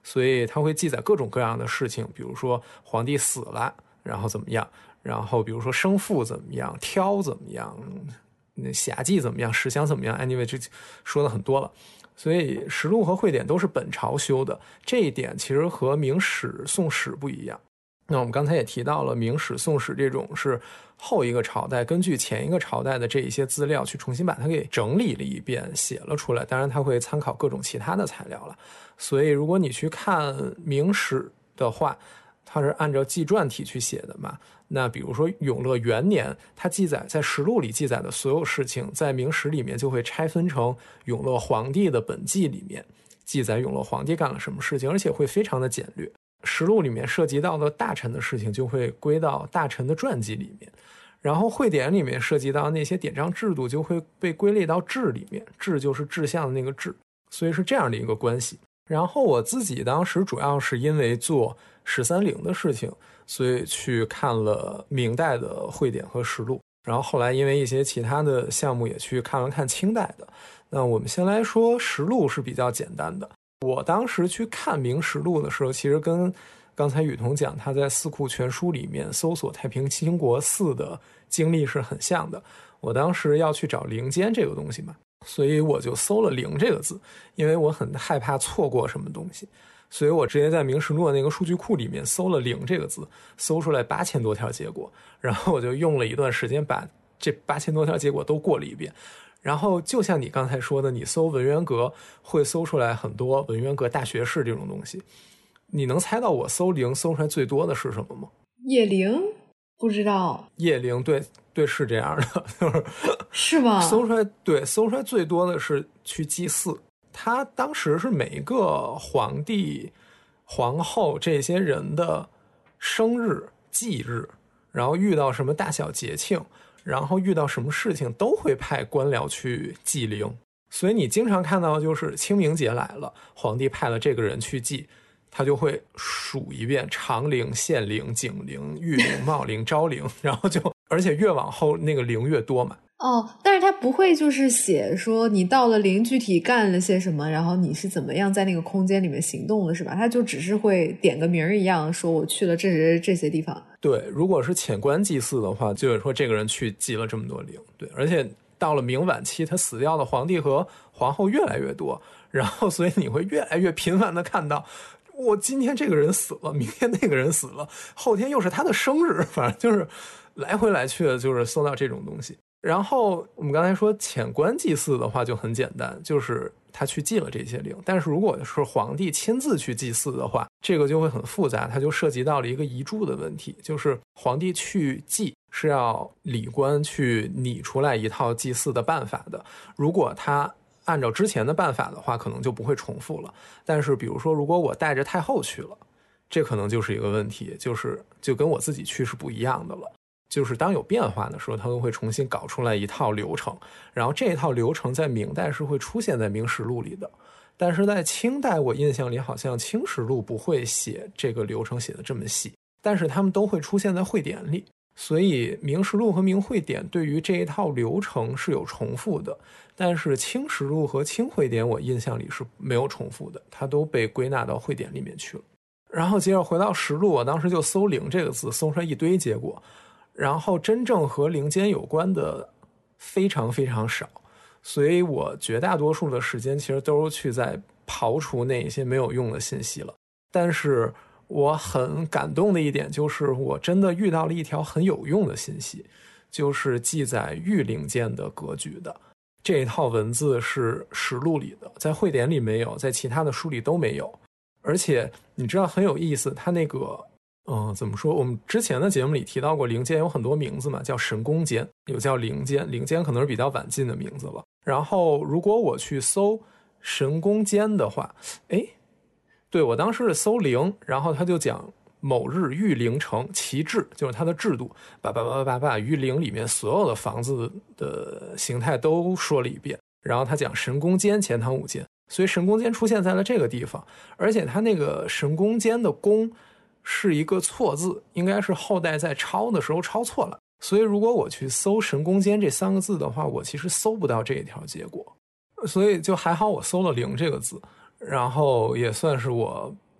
所以它会记载各种各样的事情，比如说皇帝死了，然后怎么样，然后比如说生父怎么样，挑怎么样，那辖稷怎么样，史相怎么样 anyway 这说的很多了。所以实录和汇典都是本朝修的，这一点其实和明史宋史不一样。那我们刚才也提到了，明史宋史这种是后一个朝代根据前一个朝代的这一些资料去重新把它给整理了一遍，写了出来，当然它会参考各种其他的材料了。所以如果你去看明史的话，它是按照纪传体去写的嘛，那比如说永乐元年，它记载在实录里记载的所有事情，在明史里面就会拆分成永乐皇帝的本纪里面记载永乐皇帝干了什么事情，而且会非常的简略。实录里面涉及到的大臣的事情就会归到大臣的传记里面，然后汇典里面涉及到那些典章制度就会被归类到志里面，志就是志向的那个志，所以是这样的一个关系。然后我自己当时主要是因为做十三陵的事情，所以去看了明代的汇典和实录，然后后来因为一些其他的项目也去看了看清代的。那我们先来说实录是比较简单的。我当时去看明实录的时候，其实跟刚才雨桐讲他在四库全书里面搜索太平兴国寺的经历是很像的。我当时要去找陵监这个东西嘛，所以我就搜了陵这个字，因为我很害怕错过什么东西，所以我直接在明实录的那个数据库里面搜了陵这个字，搜出来八千多条结果，然后我就用了一段时间把这八千多条结果都过了一遍。然后就像你刚才说的，你搜文渊阁会搜出来很多文渊阁大学士这种东西，你能猜到我搜陵搜出来最多的是什么吗？ 叶陵？不知道。 叶陵，对对，是这样的，就是是吗？ 搜出来，对，搜出来最多的是去祭祀。他当时是每一个皇帝、皇后这些人的生日、忌日，然后遇到什么大小节庆，然后遇到什么事情都会派官僚去祭陵。所以你经常看到就是清明节来了，皇帝派了这个人去祭，他就会数一遍长陵、县陵、景陵、裕陵、茂陵、昭陵，然后就而且越往后那个陵越多嘛。 哦，但是他不会就是写说你到了陵具体干了些什么，然后你是怎么样在那个空间里面行动的，是吧？他就只是会点个名一样，说我去了这些这些地方。 对，如果是遣官祭祀的话，就是说这个人去祭了这么多陵。对，而且到了明晚期，他死掉的皇帝和皇后越来越多，然后所以你会越来越频繁的看到，我今天这个人死了，明天那个人死了，后天又是他的生日，反正就是来回来去的，就是搜到这种东西。然后我们刚才说遣官祭祀的话就很简单，就是他去祭了这些陵。但是如果是皇帝亲自去祭祀的话，这个就会很复杂，它就涉及到了一个遗嘱的问题，就是皇帝去祭是要礼官去拟出来一套祭祀的办法的，如果他按照之前的办法的话，可能就不会重复了。但是比如说如果我带着太后去了，这可能就是一个问题，就是就跟我自己去是不一样的了。就是当有变化的时候，他都会重新搞出来一套流程，然后这一套流程在明代是会出现在明实录里的，但是在清代我印象里好像清实录不会写这个流程写的这么细，但是他们都会出现在汇典里，所以明实录和明汇典对于这一套流程是有重复的，但是清实录和清汇典我印象里是没有重复的，它都被归纳到汇典里面去了。然后接着回到实录，我当时就搜陵这个字，搜出来一堆结果，然后真正和陵监有关的非常非常少，所以我绝大多数的时间其实都是去在刨除那些没有用的信息了。但是我很感动的一点就是我真的遇到了一条很有用的信息，就是记载御陵监的格局的这一套文字是实录里的，在汇典里没有，在其他的书里都没有。而且你知道很有意思，它那个嗯，怎么说？我们之前的节目里提到过，陵监有很多名字嘛，叫神功监，有叫陵监，陵监可能是比较晚近的名字了。然后，如果我去搜神功监的话，哎，对，我当时是搜陵，然后他就讲某日御陵城其制，就是它的制度，把把把把把御陵里面所有的房子的形态都说了一遍。然后他讲神功监钱塘五监，所以神功监出现在了这个地方，而且他那个神功监的功是一个错字，应该是后代在抄的时候抄错了，所以如果我去搜神功监这三个字的话，我其实搜不到这一条结果，所以就还好我搜了陵这个字，然后也算是我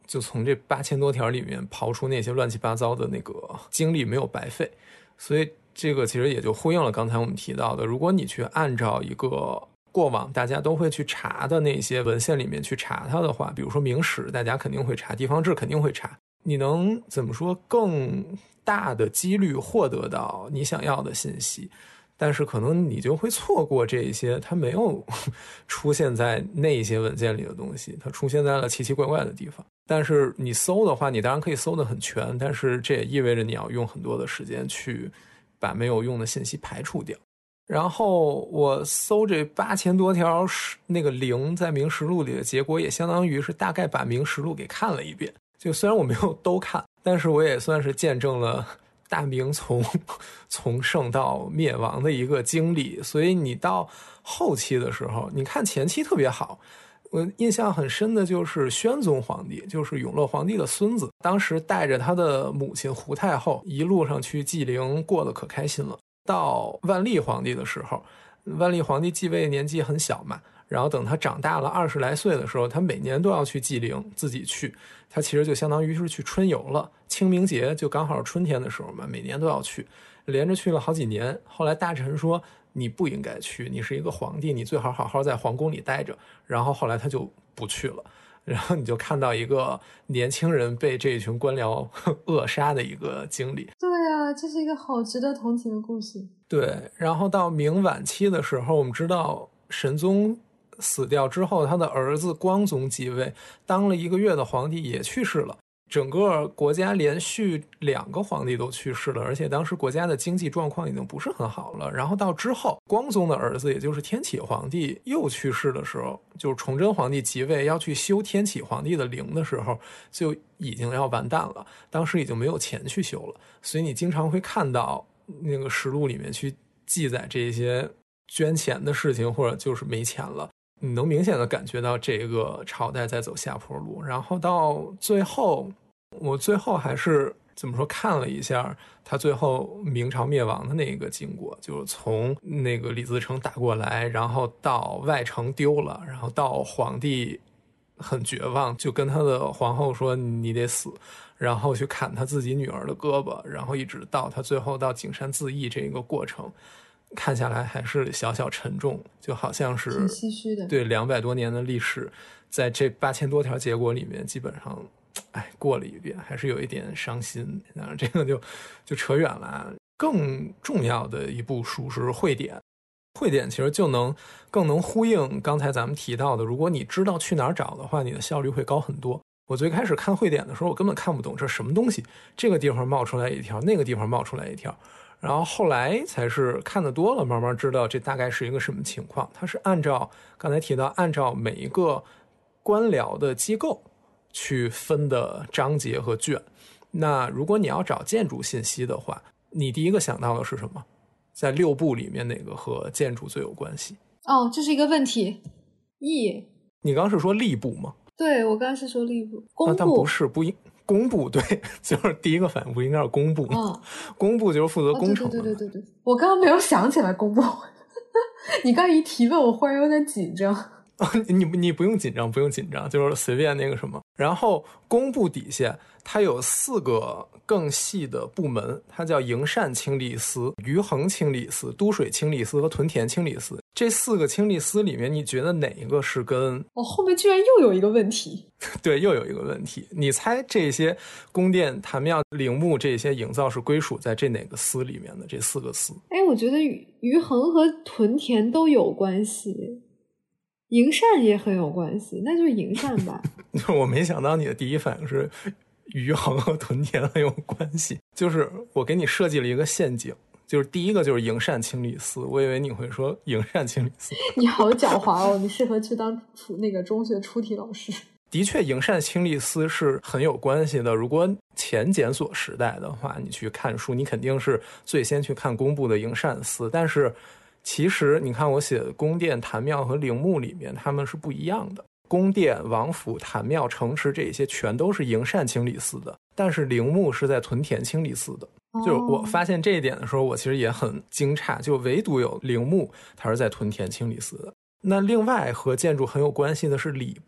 就从这八千多条里面刨出那些乱七八糟的那个经历没有白费。所以这个其实也就呼应了刚才我们提到的，如果你去按照一个过往大家都会去查的那些文献里面去查它的话，比如说明史大家肯定会查，地方志肯定会查，你能怎么说更大的几率获得到你想要的信息，但是可能你就会错过这些它没有出现在那些文件里的东西，它出现在了奇奇怪怪的地方。但是你搜的话，你当然可以搜得很全，但是这也意味着你要用很多的时间去把没有用的信息排除掉。然后我搜这八千多条那个零在明实录里的结果，也相当于是大概把明实录给看了一遍。就虽然我没有都看，但是我也算是见证了大明从从盛到灭亡的一个经历。所以你到后期的时候，你看前期特别好，我印象很深的就是宣宗皇帝，就是永乐皇帝的孙子，当时带着他的母亲胡太后一路上去祭陵，过得可开心了。到万历皇帝的时候，万历皇帝继位年纪很小嘛，然后等他长大了二十来岁的时候，他每年都要去祭陵，自己去，他其实就相当于是去春游了。清明节就刚好是春天的时候嘛，每年都要去，连着去了好几年。后来大臣说你不应该去，你是一个皇帝，你最好好好在皇宫里待着。然后后来他就不去了，然后你就看到一个年轻人被这一群官僚扼杀的一个经历。 对啊，这是一个好值得同情的故事。 对，然后到明晚期的时候，我们知道神宗死掉之后，他的儿子光宗继位，当了一个月的皇帝也去世了。整个国家连续两个皇帝都去世了，而且当时国家的经济状况已经不是很好了。然后到之后光宗的儿子，也就是天启皇帝又去世的时候，就是崇祯皇帝即位要去修天启皇帝的陵的时候，就已经要完蛋了，当时已经没有钱去修了。所以你经常会看到那个实录里面去记载这些捐钱的事情，或者就是没钱了，你能明显的感觉到这个朝代在走下坡路。然后到最后，我最后还是怎么说，看了一下他最后明朝灭亡的那个经过，就是从那个李自成打过来，然后到外城丢了，然后到皇帝很绝望，就跟他的皇后说你得死，然后去砍他自己女儿的胳膊，然后一直到他最后到景山自缢这个过程，看下来还是小小沉重，就好像是挺唏嘘的。对， 两百多年的历史，在这八千多条结果里面，基本上，哎，过了一遍，还是有一点伤心。当然，这个就就扯远了。更重要的一部书是《汇典》，《汇典》其实就能更能呼应刚才咱们提到的，如果你知道去哪儿找的话，你的效率会高很多。我最开始看汇典的时候，我根本看不懂这是什么东西，这个地方冒出来一条，那个地方冒出来一条。然后后来才是看得多了，慢慢知道这大概是一个什么情况。它是按照刚才提到，按照每一个官僚的机构去分的章节和卷。那如果你要找建筑信息的话，你第一个想到的是什么？在六部里面哪个和建筑最有关系？ 哦，这是一个问题。E， 你刚是说吏部吗？ 对，我刚是说吏部，工部、啊、 但不是，不应。工部，对，就是第一个反应不应该是工部， 哦、 工部就是负责工程的、 哦、对对对对对，我刚刚没有想起来工部你刚一提问我忽然有点紧张你你不用紧张，不用紧张，就是随便那个什么。然后工部底下它有四个更细的部门，它叫营缮清理司、余衡清理司、都水清理司和屯田清理司。这四个清理司里面，你觉得哪一个是跟…… 哦，后面居然又有一个问题。 对，又有一个问题。你猜这些宫殿、坛庙、陵墓这些营造是归属在这哪个司里面的？这四个司？ 哎，我觉得余衡和屯田都有关系。营缮也很有关系，那就是营缮吧。 我没想到你的第一反应是余衡和屯田很有关系，就是我给你设计了一个陷阱，就是第一个就是营缮清理司，我以为你会说营缮清理司。 你好狡猾哦，你适合去当那个中学出题老师。 的确，营缮清理司是很有关系的。如果前检索时代的话，你去看书，你肯定是最先去看工部的营缮司，但是其实你看我写的宫殿、坛庙和陵墓里面，他们是不一样的。宫殿、王府、坛庙、城池这些全都是营缮清理司的，但是陵墓是在屯田清理司的。就是我发现这一点的时候，我其实也很惊诧，就唯独有陵墓它是在屯田清理司的。那另外和建筑很有关系的是礼部，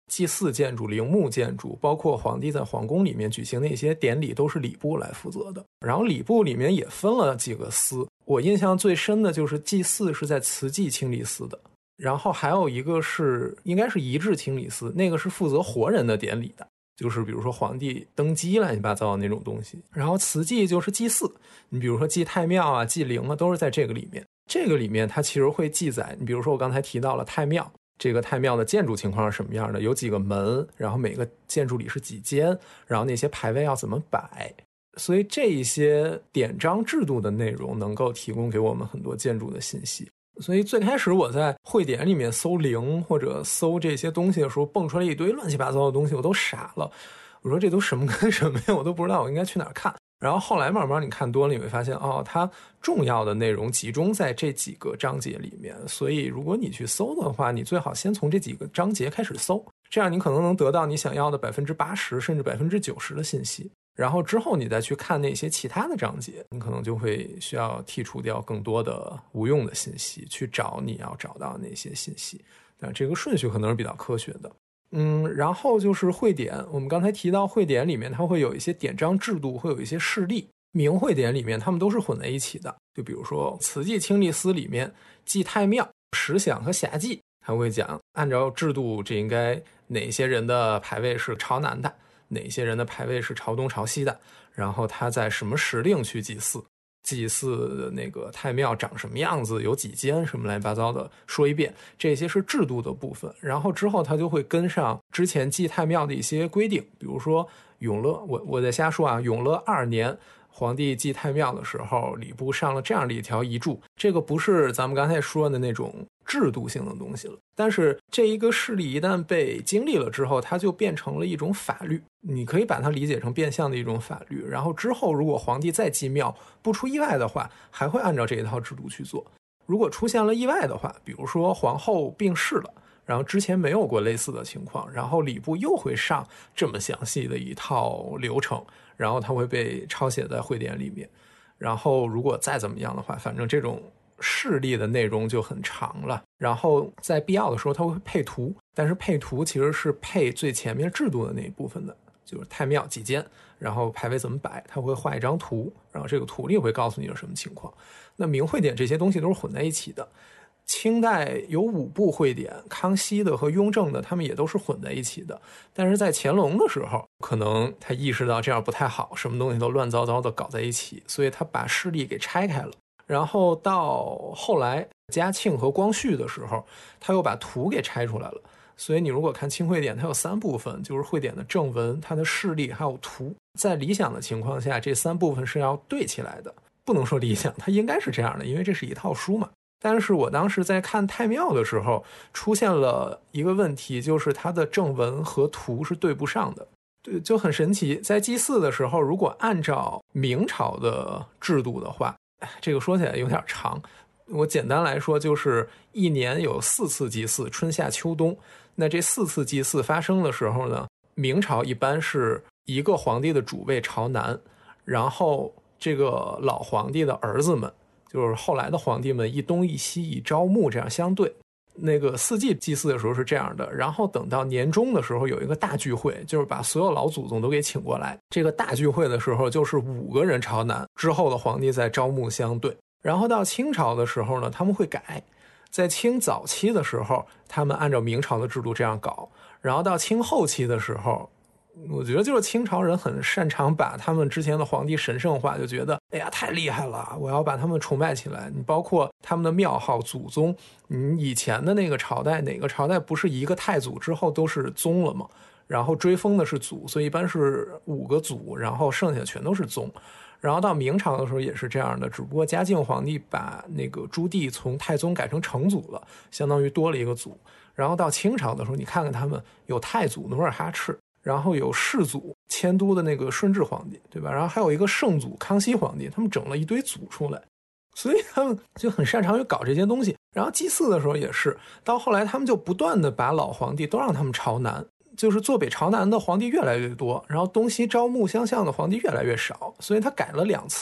祭祀建筑、陵墓建筑，包括皇帝在皇宫里面举行的一些典礼，都是礼部来负责的。然后礼部里面也分了几个司，我印象最深的就是祭祀是在慈济清理司的，然后还有一个是应该是仪制清理司，那个是负责活人的典礼的，就是比如说皇帝登基乱七八糟的那种东西。然后慈济就是祭祀，你比如说祭太庙啊、祭陵啊，都是在这个里面。这个里面它其实会记载，你比如说我刚才提到了太庙，这个太庙的建筑情况是什么样的，有几个门，然后每个建筑里是几间，然后那些牌位要怎么摆。所以这一些典章制度的内容能够提供给我们很多建筑的信息。所以最开始我在汇典里面搜陵或者搜这些东西的时候，蹦出来一堆乱七八糟的东西，我都傻了。我说这都什么跟什么呀，我都不知道我应该去哪儿看。然后后来慢慢你看多了，你会发现哦，它重要的内容集中在这几个章节里面。所以如果你去搜的话，你最好先从这几个章节开始搜，这样你可能能得到你想要的百分之八十甚至百分之九十的信息。然后之后你再去看那些其他的章节，你可能就会需要剔除掉更多的无用的信息，去找你要找到那些信息。但这个顺序可能是比较科学的。嗯，然后就是汇典，我们刚才提到汇典里面它会有一些典章制度，会有一些事例。明汇典里面它们都是混在一起的，就比如说慈济清理司里面祭太庙、石享和辖祭，它会讲按照制度这应该哪些人的牌位是朝南的，哪些人的牌位是朝东朝西的，然后他在什么时令去祭祀，祭祀的那个太庙长什么样子，有几间，什么乱七八糟的说一遍，这些是制度的部分。然后之后他就会跟上之前祭太庙的一些规定，比如说永乐，我我在瞎说啊，永乐二年皇帝祭太庙的时候，礼部上了这样的一条遗嘱，这个不是咱们刚才说的那种制度性的东西了，但是这一个事例一旦被经历了之后，它就变成了一种法律，你可以把它理解成变相的一种法律。然后之后如果皇帝再祭庙，不出意外的话，还会按照这一套制度去做。如果出现了意外的话，比如说皇后病逝了，然后之前没有过类似的情况，然后礼部又会上这么详细的一套流程，然后它会被抄写在汇典里面。然后如果再怎么样的话，反正这种事例的内容就很长了。然后在必要的时候它会配图，但是配图其实是配最前面制度的那一部分的，就是太庙几间，然后牌位怎么摆，它会画一张图，然后这个图里会告诉你是什么情况。那明汇典这些东西都是混在一起的。清代有五部汇典，康熙的和雍正的他们也都是混在一起的。但是在乾隆的时候，可能他意识到这样不太好，什么东西都乱糟糟的搞在一起，所以他把事例给拆开了。然后到后来嘉庆和光绪的时候，他又把图给拆出来了。所以你如果看清汇典，它有三部分，就是汇典的正文、它的事例还有图。在理想的情况下，这三部分是要对起来的，不能说理想，它应该是这样的，因为这是一套书嘛。但是我当时在看太庙的时候，出现了一个问题，就是它的正文和图是对不上的。对，就很神奇。在祭祀的时候，如果按照明朝的制度的话，这个说起来有点长，我简单来说就是一年有四次祭祀，春夏秋冬。那这四次祭祀发生的时候呢，明朝一般是一个皇帝的主位朝南，然后这个老皇帝的儿子们，就是后来的皇帝们，一东一西以朝暮这样相对。那个四季祭祀的时候是这样的，然后等到年终的时候有一个大聚会，就是把所有老祖宗都给请过来。这个大聚会的时候就是五个人朝南，之后的皇帝在朝暮相对。然后到清朝的时候呢，他们会改，在清早期的时候他们按照明朝的制度这样搞，然后到清后期的时候，我觉得就是清朝人很擅长把他们之前的皇帝神圣化，就觉得哎呀太厉害了，我要把他们崇拜起来。你包括他们的庙号祖宗，你以前的那个朝代，哪个朝代不是一个太祖之后都是宗了吗？然后追封的是祖，所以一般是五个祖，然后剩下全都是宗。然后到明朝的时候也是这样的，只不过嘉靖皇帝把那个朱棣从太宗改成成祖了，相当于多了一个祖。然后到清朝的时候，你看看他们有太祖努尔哈赤，然后有世祖迁都的那个顺治皇帝，对吧？然后还有一个圣祖康熙皇帝，他们整了一堆祖出来，所以他们就很擅长于搞这些东西。然后祭祀的时候也是，到后来他们就不断的把老皇帝都让他们朝南，就是坐北朝南的皇帝越来越多，然后东西朝暮相向的皇帝越来越少，所以他改了两次。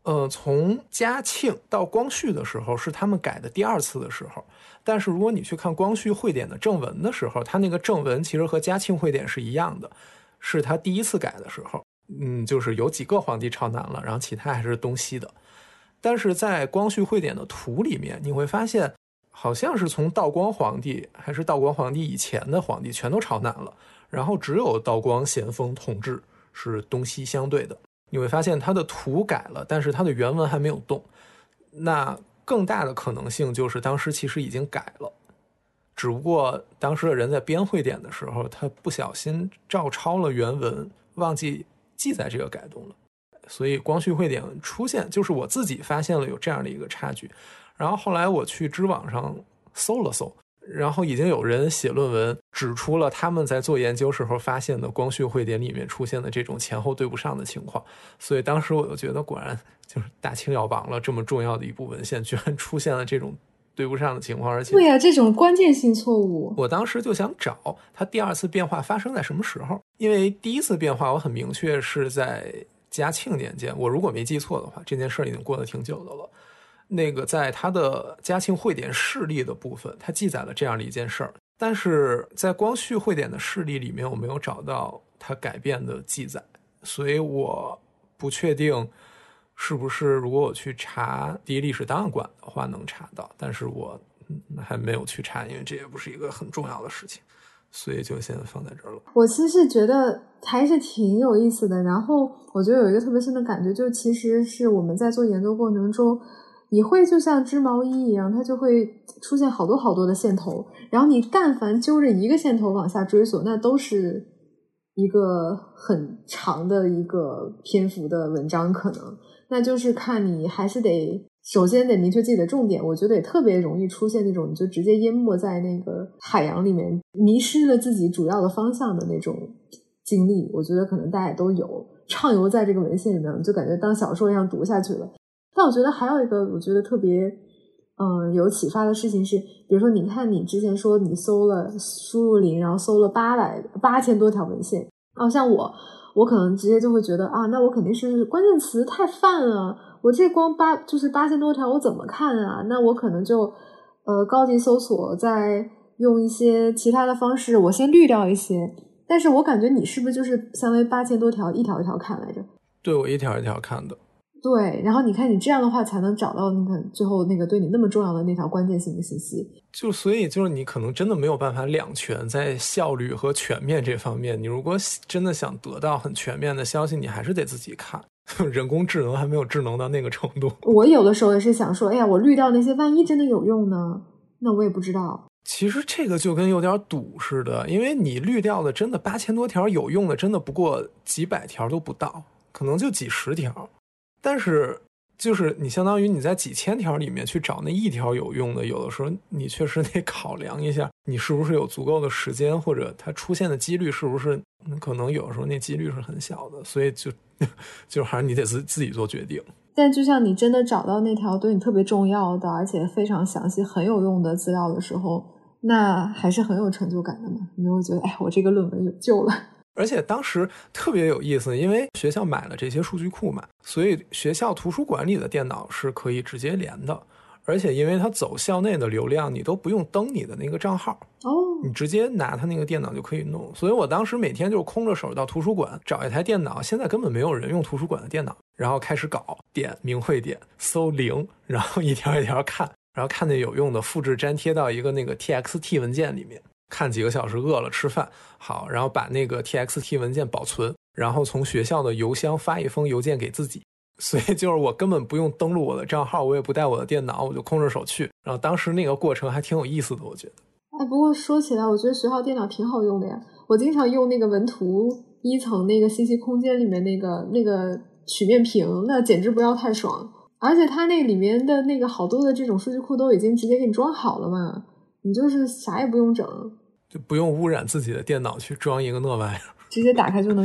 呃，从嘉庆到光绪的时候是他们改的第二次的时候，但是如果你去看光绪汇典的正文的时候，它那个正文其实和嘉庆汇典是一样的，是他第一次改的时候，嗯，就是有几个皇帝朝南了，然后其他还是东西的。但是在光绪汇典的图里面，你会发现好像是从道光皇帝还是道光皇帝以前的皇帝全都朝南了，然后只有道光咸丰同治是东西相对的。你会发现它的图改了，但是它的原文还没有动。那更大的可能性就是当时其实已经改了，只不过当时的人在编汇典的时候，他不小心照抄了原文，忘记记载这个改动了。所以光绪汇典出现，就是我自己发现了有这样的一个差距。然后后来我去知网上搜了搜，然后已经有人写论文指出了他们在做研究时候发现的光绪汇典里面出现的这种前后对不上的情况。所以当时我就觉得果然就是大清要亡了，这么重要的一部文献居然出现了这种对不上的情况。而且对呀、啊，这种关键性错误， 我当时就想找它第二次变化发生在什么时候，因为第一次变化我很明确是在嘉庆年间，我如果没记错的话，这件事已经过得挺久的了。那个在他的嘉庆汇典事例的部分，他记载了这样的一件事儿，但是在光绪汇典的事例里面，我没有找到他改变的记载，所以我不确定是不是如果我去查第一历史档案馆的话能查到，但是我还没有去查，因为这也不是一个很重要的事情，所以就先放在这儿了。 我其实觉得还是挺有意思的。然后我觉得有一个特别深的感觉，就其实是我们在做研究过程中，你会就像织毛衣一样，它就会出现好多好多的线头，然后你但凡揪着一个线头往下追索，那都是一个很长的一个篇幅的文章，可能那就是看你还是得首先得明确自己的重点。我觉得也特别容易出现那种你就直接淹没在那个海洋里面，迷失了自己主要的方向的那种经历，我觉得可能大家都有，畅游在这个文献里面，就感觉当小说一样读下去了。但我觉得还有一个我觉得特别嗯有启发的事情是，比如说你看你之前说你搜了输入零，然后搜了八百八千多条文献，哦，像我我可能直接就会觉得啊，那我肯定是关键词太泛了，我这光八就是八千多条我怎么看啊？那我可能就呃高级搜索，再用一些其他的方式，我先滤掉一些。但是我感觉你是不是就是相当于八千多条一条一条看来着？ 对，我一条一条看的。 对，然后你看你这样的话才能找到那个最后那个对你那么重要的那条关键性的信息。 就所以就是你可能真的没有办法两全，在效率和全面这方面，你如果真的想得到很全面的消息，你还是得自己看。人工智能还没有智能到那个程度。 我有的时候也是想说，哎呀，我滤掉那些，万一真的有用呢？那我也不知道。 其实这个就跟有点赌似的，因为你滤掉的真的八千多条有用的，真的不过几百条都不到，可能就几十条。但是就是你相当于你在几千条里面去找那一条有用的，有的时候你确实得考量一下你是不是有足够的时间，或者它出现的几率是不是可能有时候那几率是很小的，所以就就还是你得自自己做决定。 但就像你真的找到那条对你特别重要的而且非常详细很有用的资料的时候，那还是很有成就感的嘛，你就会觉得哎，我这个论文有救了。 而且当时特别有意思，因为学校买了这些数据库嘛，所以学校图书馆里的电脑是可以直接连的，而且因为它走校内的流量，你都不用登你的那个账号哦， 你直接拿它那个电脑就可以弄。所以我当时每天就是空着手到图书馆找一台电脑，现在根本没有人用图书馆的电脑，然后开始搞，点明汇点搜零，然后一条一条看，然后看见有用的复制粘贴到一个那个 T X T 文件里面，看几个小时，饿了吃饭好，然后把那个 T X T 文件保存，然后从学校的邮箱发一封邮件给自己。所以就是我根本不用登录我的账号，我也不带我的电脑，我就空着手去，然后当时那个过程还挺有意思的，我觉得。 哎，不过说起来我觉得学校电脑挺好用的呀，我经常用那个文图一层那个信息空间里面那个那个曲面屏，那简直不要太爽。而且它那里面的那个好多的这种数据库都已经直接给你装好了嘛，你就是啥也不用整， 就不用污染自己的电脑去装一个那玩意儿， 直接打开就能用。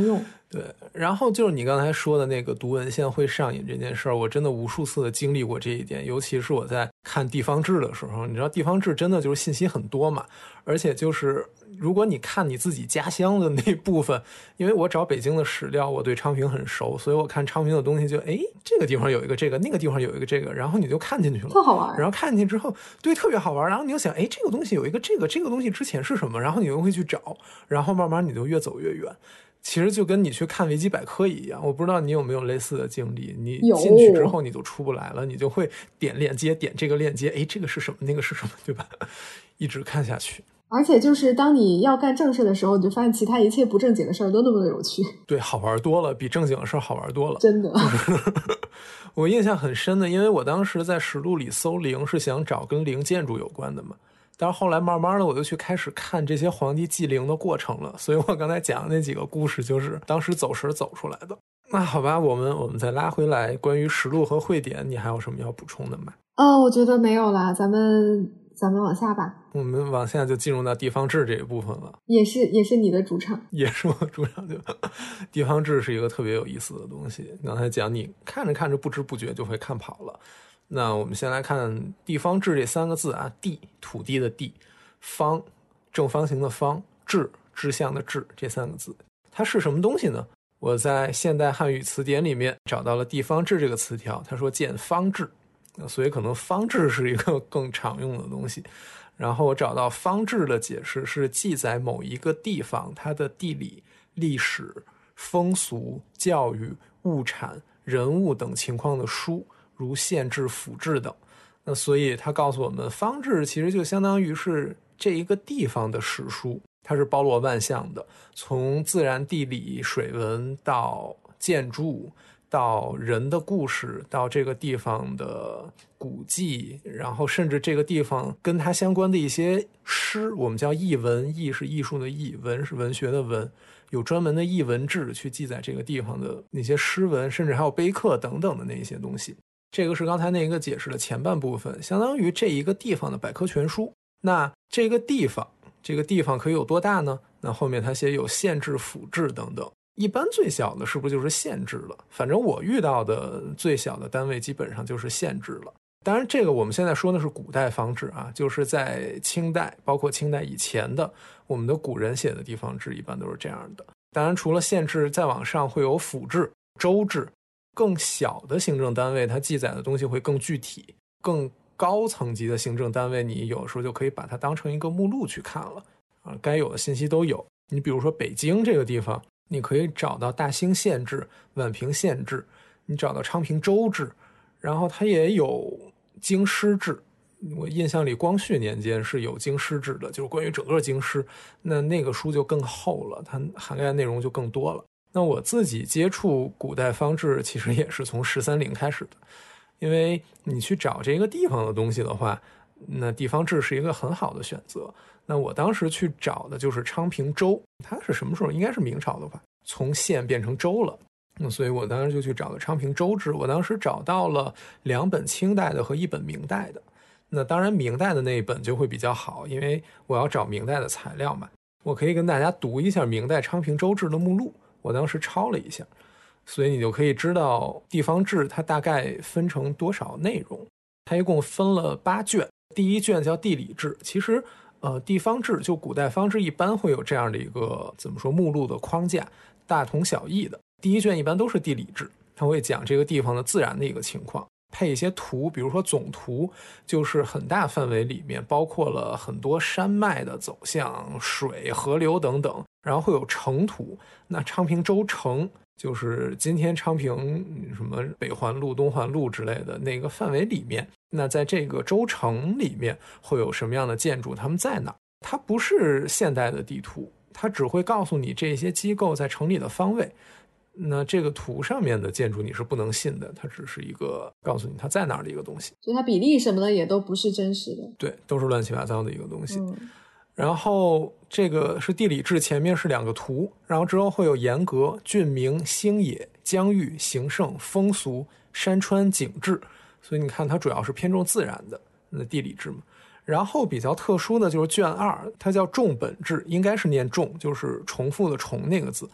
对，然后就是你刚才说的那个读文献会上瘾这件事儿，我真的无数次的经历过这一点，尤其是我在看地方志的时候，你知道地方志真的就是信息很多嘛，而且就是如果你看你自己家乡的那部分，因为我找北京的史料，我对昌平很熟，所以我看昌平的东西就哎，这个地方有一个这个，那个地方有一个这个，然后你就看进去了， 特好玩。 然后看进去之后，对，特别好玩，然后你就想，哎，这个东西有一个这个，这个东西之前是什么，然后你又会去找，然后慢慢你就越走越远。其实就跟你去看维基百科一样，我不知道你有没有类似的经历，你进去之后你就出不来了，你就会点链接，点这个链接，哎，这个是什么，那个是什么，对吧？一直看下去。 而且就是当你要干正事的时候，你就发现其他一切不正经的事儿都那么的有趣。 对，好玩多了，比正经的事儿好玩多了， 真的。 我印象很深的，因为我当时在实录里搜陵是想找跟陵建筑有关的嘛，但是后来慢慢的我就去开始看这些皇帝祭陵的过程了，所以我刚才讲的那几个故事就是当时走神走出来的。那好吧，我们我们再拉回来，关于实录和汇典，你还有什么要补充的吗？ 呃，我觉得没有啦，咱们咱们往下吧。 我们往下就进入到地方志这一部分了， 也是也是你的主场， 也是我主场，对吧？地方志是一个特别有意思的东西，刚才讲你看着看着不知不觉就会看跑了。那我们先来看地方志这三个字啊，地土地的地，方正方形的方，志志向的志，这三个字它是什么东西呢？我在现代汉语词典里面找到了地方志这个词条，他说见方志，所以可能方志是一个更常用的东西。然后我找到方志的解释是记载某一个地方它的地理、历史、风俗、教育、物产、人物等情况的书，如县志、府志等。那所以他告诉我们，方志其实就相当于是这一个地方的史书，它是包罗万象的，从自然地理、水文到建筑，到人的故事，到这个地方的古迹，然后甚至这个地方跟它相关的一些诗，我们叫艺文，艺是艺术的艺，文是文学的文，有专门的艺文志去记载这个地方的那些诗文，甚至还有碑刻等等的那些东西。这个是刚才那个解释的前半部分，相当于这一个地方的百科全书。那这个地方这个地方可以有多大呢？那后面它写有县志、府志等等，一般最小的是不是就是县志了？反正我遇到的最小的单位基本上就是县志了。当然这个我们现在说的是古代方志啊，就是在清代包括清代以前的我们的古人写的地方志一般都是这样的。当然除了县志再往上会有府志、州志，更小的行政单位它记载的东西会更具体，更高层级的行政单位你有时候就可以把它当成一个目录去看了啊，该有的信息都有。你比如说北京这个地方，你可以找到大兴县志、宛平县志，你找到昌平州志，然后它也有京师志。我印象里光绪年间是有京师志的，就是关于整个京师，那那个书就更厚了，它涵盖的内容就更多了。那我自己接触古代方志其实也是从十三陵开始的，因为你去找这个地方的东西的话，那地方志是一个很好的选择。那我当时去找的就是昌平州，它是什么时候？应该是明朝的吧，从县变成州了。那所以我当时就去找了昌平州志，我当时找到了两本清代的和一本明代的。那当然明代的那一本就会比较好，因为我要找明代的材料嘛。我可以跟大家读一下明代昌平州志的目录，我当时抄了一下，所以你就可以知道地方志它大概分成多少内容。它一共分了八卷，第一卷叫地理志，其实呃，地方志就古代方志一般会有这样的一个怎么说目录的框架，大同小异的。第一卷一般都是地理志，它会讲这个地方的自然的一个情况，配一些图，比如说总图就是很大范围里面包括了很多山脉的走向、水、河流等等，然后会有城图，那昌平州城就是今天昌平什么北环路、东环路之类的那个范围里面，那在这个州城里面会有什么样的建筑，他们在哪？它不是现代的地图，它只会告诉你这些机构在城里的方位，那这个图上面的建筑你是不能信的，它只是一个告诉你它在哪儿的一个东西， 就它比例什么的也都不是真实的， 对，都是乱七八糟的一个东西。 嗯， 然后这个是地理志，前面是两个图，然后之后会有沿革、郡名、星野、疆域、形胜、风俗、山川景致，所以你看它主要是偏重自然的那地理志嘛。然后比较特殊的就是卷二，它叫重本志，应该是念重，就是重复的重那个字。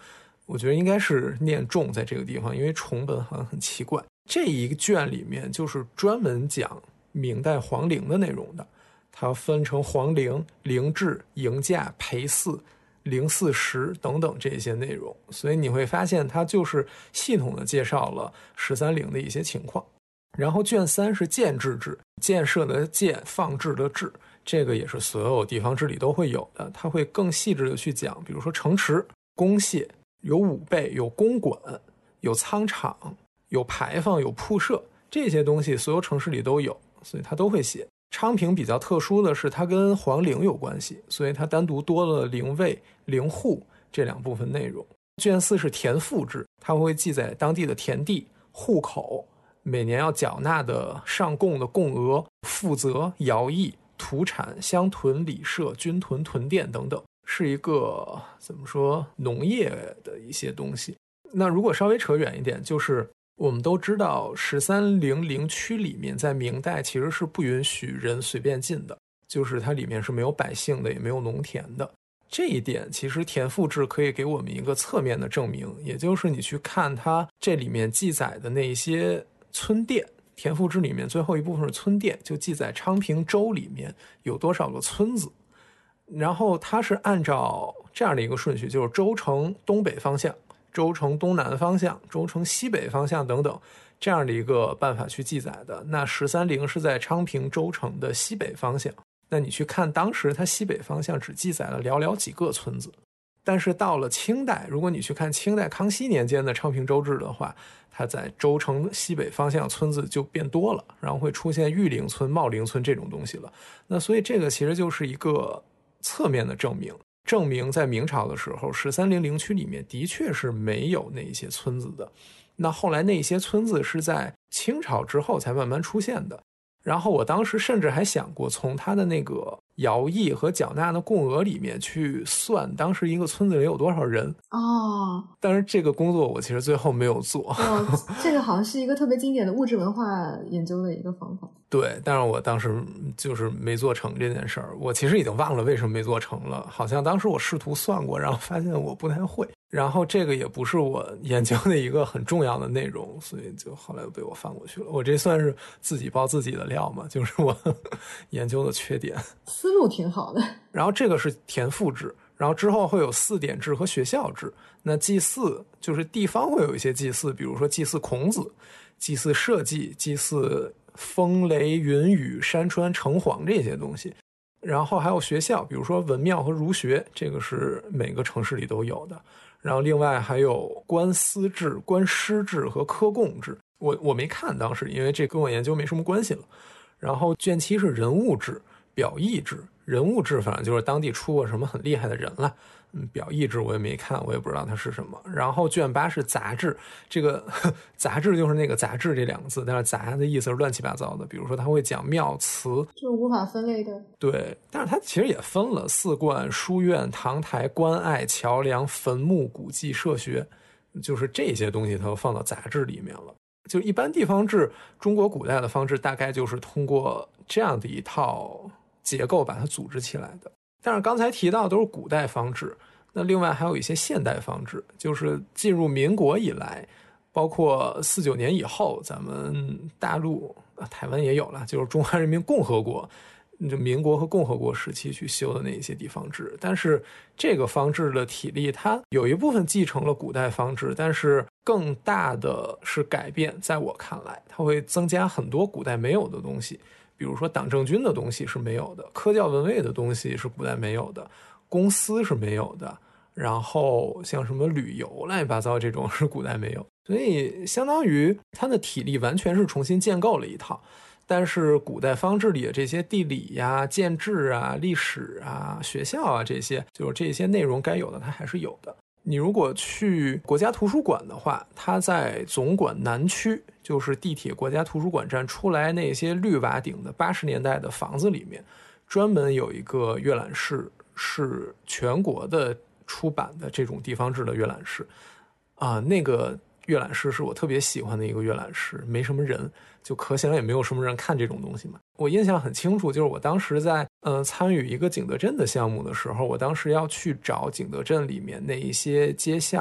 我觉得应该是念重在这个地方，因为重本好像很奇怪。这一个卷里面就是专门讲明代皇陵的内容的，它分成皇陵、陵制、迎驾、陪祀、陵祀时等等这些内容，所以你会发现它就是系统的介绍了十三陵的一些情况。然后卷三是建制制，建设的建，放置的制，这个也是所有地方治理都会有的，它会更细致的去讲，比如说城池、公械，有武备，有公馆，有仓场，有牌坊，有铺设，这些东西所有城市里都有，所以它都会写。昌平比较特殊的是它跟皇陵有关系，所以它单独多了陵尉、陵户这两部分内容。卷四是田赋制，它会记载当地的田地、户口，每年要缴纳的上贡的贡额、赋责、徭役、土产、乡屯、里社、军屯、屯店等等，是一个怎么说农业的一些东西。那如果稍微扯远一点，就是我们都知道十三陵陵区里面在明代其实是不允许人随便进的，就是它里面是没有百姓的，也没有农田的。这一点其实田赋制可以给我们一个侧面的证明，也就是你去看它这里面记载的那些村店，田赋制里面最后一部分是村店，就记载昌平州里面有多少个村子，然后它是按照这样的一个顺序，就是州城东北方向、州城东南方向、州城西北方向等等这样的一个办法去记载的。那十三陵是在昌平州城的西北方向，那你去看当时它西北方向只记载了寥寥几个村子，但是到了清代，如果你去看清代康熙年间的昌平州志的话，它在州城西北方向村子就变多了，然后会出现御陵村、茂陵村这种东西了。那所以这个其实就是一个侧面的证明，证明在明朝的时候十三陵陵区里面的确是没有那一些村子的。那后来那些村子是在清朝之后才慢慢出现的。然后我当时甚至还想过从他的那个徭役和缴纳的贡额里面去算当时一个村子里有多少人哦， 但是这个工作我其实最后没有做。 哦，这个好像是一个特别经典的物质文化研究的一个方法。 对，但是我当时就是没做成这件事儿，我其实已经忘了为什么没做成了，好像当时我试图算过，然后发现我不太会，然后这个也不是我研究的一个很重要的内容，所以就后来又被我放过去了。我这算是自己爆自己的料嘛，就是我研究的缺点。 思路挺好的。 然后这个是田赋制，然后之后会有祀典制和学校制。那祭祀就是地方会有一些祭祀，比如说祭祀孔子、祭祀社稷、祭祀风雷云雨山川城隍这些东西。然后还有学校，比如说文庙和儒学，这个是每个城市里都有的。然后另外还有官司制、官师制和科贡制，我我没看当时，因为这跟我研究没什么关系了。然后卷七是人物制、表意制。人物制反正就是当地出过什么很厉害的人了，嗯，表意制我也没看，我也不知道它是什么。然后卷八是杂志，这个杂志就是那个杂志这两个字，但是杂的意思是乱七八糟的，比如说他会讲庙祠， 就是无法分类的。 对，但是它其实也分了寺观、书院、堂台、关隘、桥梁、坟墓、古迹、社学，就是这些东西它都放到杂志里面了。就一般地方志，中国古代的方志大概就是通过这样的一套结构把它组织起来的。但是刚才提到都是古代方志，那另外还有一些现代方志，就是进入民国以来，包括四九年以后，咱们大陆、台湾也有了，就是中华人民共和国就民国和共和国时期去修的那一些地方志。但是这个方志的体例它有一部分继承了古代方志，但是更大的是改变，在我看来它会增加很多古代没有的东西，比如说党政军的东西是没有的，科教文卫的东西是古代没有的，公司是没有的，然后像什么旅游乱七八糟这种是古代没有，所以相当于它的体力完全是重新建构了一套。但是古代方志里的这些地理呀、建制啊、历史啊、学校啊，这些就是这些内容该有的它还是有的。你如果去国家图书馆的话，它在总馆南区，就是地铁国家图书馆站出来那些绿瓦顶的八十年代的房子里面，专门有一个阅览室，是全国的出版的这种地方志的阅览室啊，那个阅览室是我特别喜欢的一个阅览室，没什么人，就可想也没有什么人看这种东西嘛。我印象很清楚，就是我当时在呃参与一个景德镇的项目的时候，我当时要去找景德镇里面那一些街巷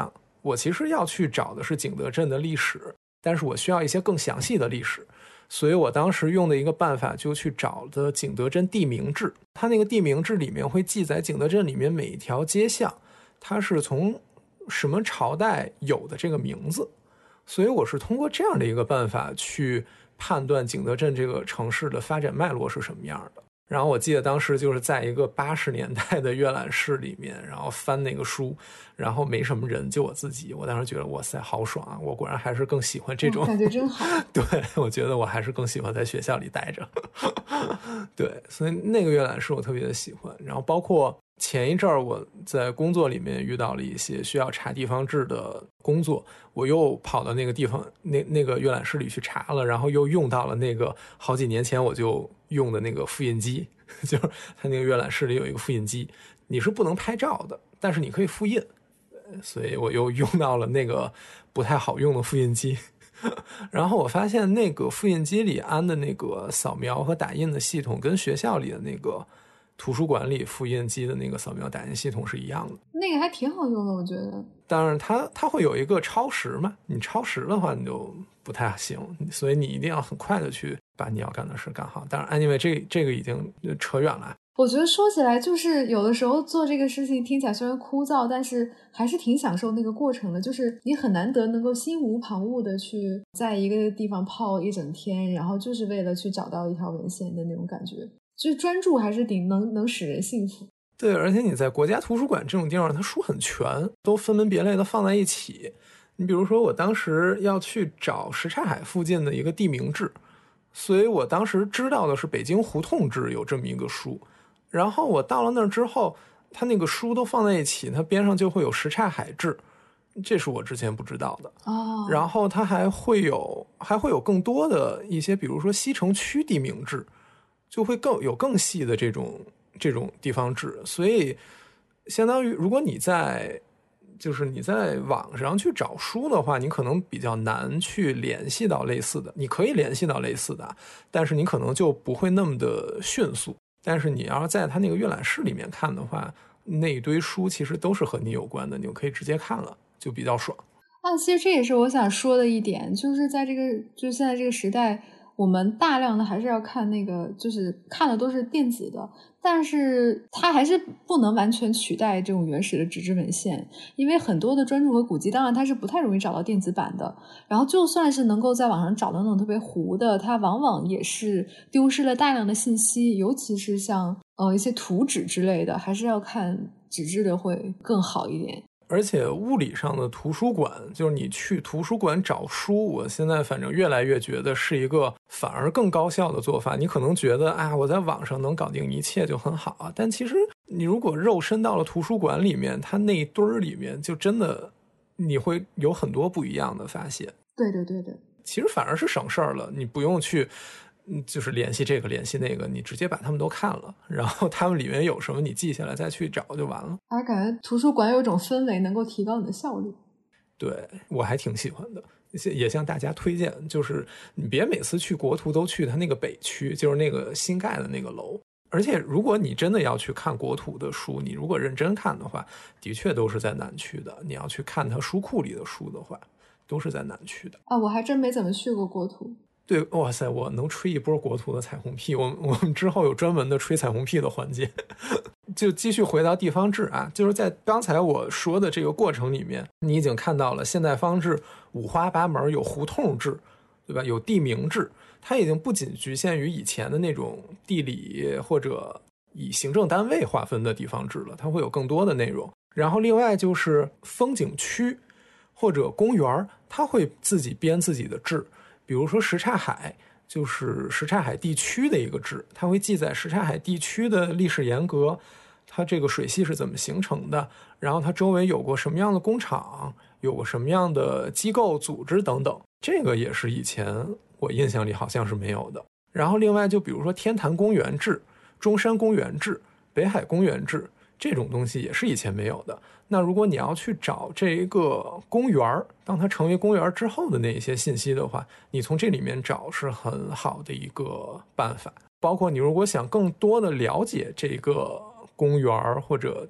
我其实要去找的是景德镇的历史，但是我需要一些更详细的历史，所以我当时用的一个办法就去找的景德镇地名志。它那个地名志里面会记载景德镇里面每一条街巷它是从什么朝代有的这个名字，所以我是通过这样的一个办法去判断景德镇这个城市的发展脉络是什么样的。然后我记得当时就是在一个八十年代的阅览室里面，然后翻那个书，然后没什么人，就我自己。我当时觉得哇塞，好爽啊！我果然还是更喜欢这种、 哦、感觉真好。 对，我觉得我还是更喜欢在学校里待着。对，所以那个阅览室我特别的喜欢。然后包括前一阵儿我在工作里面遇到了一些需要查地方志的工作，我又跑到那个地方那那个阅览室里去查了，然后又用到了那个好几年前我就用的那个复印机，就是它那个阅览室里有一个复印机，你是不能拍照的，但是你可以复印，所以我又用到了那个不太好用的复印机。然后我发现那个复印机里安的那个扫描和打印的系统跟学校里的那个图书馆里复印机的那个扫描打印系统是一样的， 那个还挺好用的，我觉得。 当然它它会有一个超时嘛，你超时的话你就不太行，所以你一定要很快的去把你要干的事干好。当然 anyway 这这个已经扯远了。 我觉得说起来就是有的时候做这个事情听起来虽然枯燥，但是还是挺享受那个过程的，就是你很难得能够心无旁骛的去在一个地方泡一整天，然后就是为了去找到一条文献的那种感觉，就是专注还是挺能能使人幸福。 对，而且你在国家图书馆这种地方它书很全，都分门别类的放在一起。你比如说我当时要去找什刹海附近的一个地名志，所以我当时知道的是北京胡同志有这么一个书，然后我到了那儿之后，它那个书都放在一起，它边上就会有什刹海志，这是我之前不知道的。 哦， 然后它还会有还会有更多的一些，比如说西城区地名志，就会更有更细的这种这种地方志。所以相当于如果你在就是你在网上去找书的话，你可能比较难去联系到类似的，你可以联系到类似的，但是你可能就不会那么的迅速。但是你要是在他那个阅览室里面看的话，那一堆书其实都是和你有关的，你就可以直接看了，就比较爽。 啊，其实这也是我想说的一点，就是在这个就是现在这个时代，我们大量的还是要看那个，就是看的都是电子的，但是它还是不能完全取代这种原始的纸质文献，因为很多的专著和古籍，当然它是不太容易找到电子版的，然后就算是能够在网上找到那种特别糊的，它往往也是丢失了大量的信息，尤其是像呃一些图纸之类的，还是要看纸质的会更好一点。 而且物理上的图书馆，就是你去图书馆找书，我现在反正越来越觉得是一个反而更高效的做法。你可能觉得啊，我在网上能搞定一切就很好啊，但其实你如果肉身到了图书馆里面，它那一堆儿里面就真的你会有很多不一样的发现。 对对对对， 其实反而是省事儿了，你不用去就是联系这个联系那个，你直接把他们都看了，然后他们里面有什么你记下来再去找就完了。 而感觉图书馆有一种氛围能够提高你的效率。 对，我还挺喜欢的，也向大家推荐，就是你别每次去国图都去它那个北区，就是那个新盖的那个楼。而且如果你真的要去看国图的书，你如果认真看的话，的确都是在南区的。你要去看它书库里的书的话，都是在南区的。 啊，我还真没怎么去过国图。 对，哇塞，我能吹一波国图的彩虹屁，我们我们之后有专门的吹彩虹屁的环节。就继续回到地方志啊，就是在刚才我说的这个过程里面，你已经看到了现代方志五花八门，有胡同志，对吧？有地名志，它已经不仅局限于以前的那种地理或者以行政单位划分的地方志了，它会有更多的内容。然后另外就是风景区或者公园，它会自己编自己的志。比如说什刹海，就是什刹海地区的一个志，它会记载什刹海地区的历史沿革，它这个水系是怎么形成的，然后它周围有过什么样的工厂，有过什么样的机构组织等等，这个也是以前我印象里好像是没有的。然后另外就比如说天坛公园志、中山公园志、北海公园志，这种东西也是以前没有的。那如果你要去找这一个公园，当它成为公园之后的那些信息的话，你从这里面找是很好的一个办法。包括你如果想更多的了解这个公园或者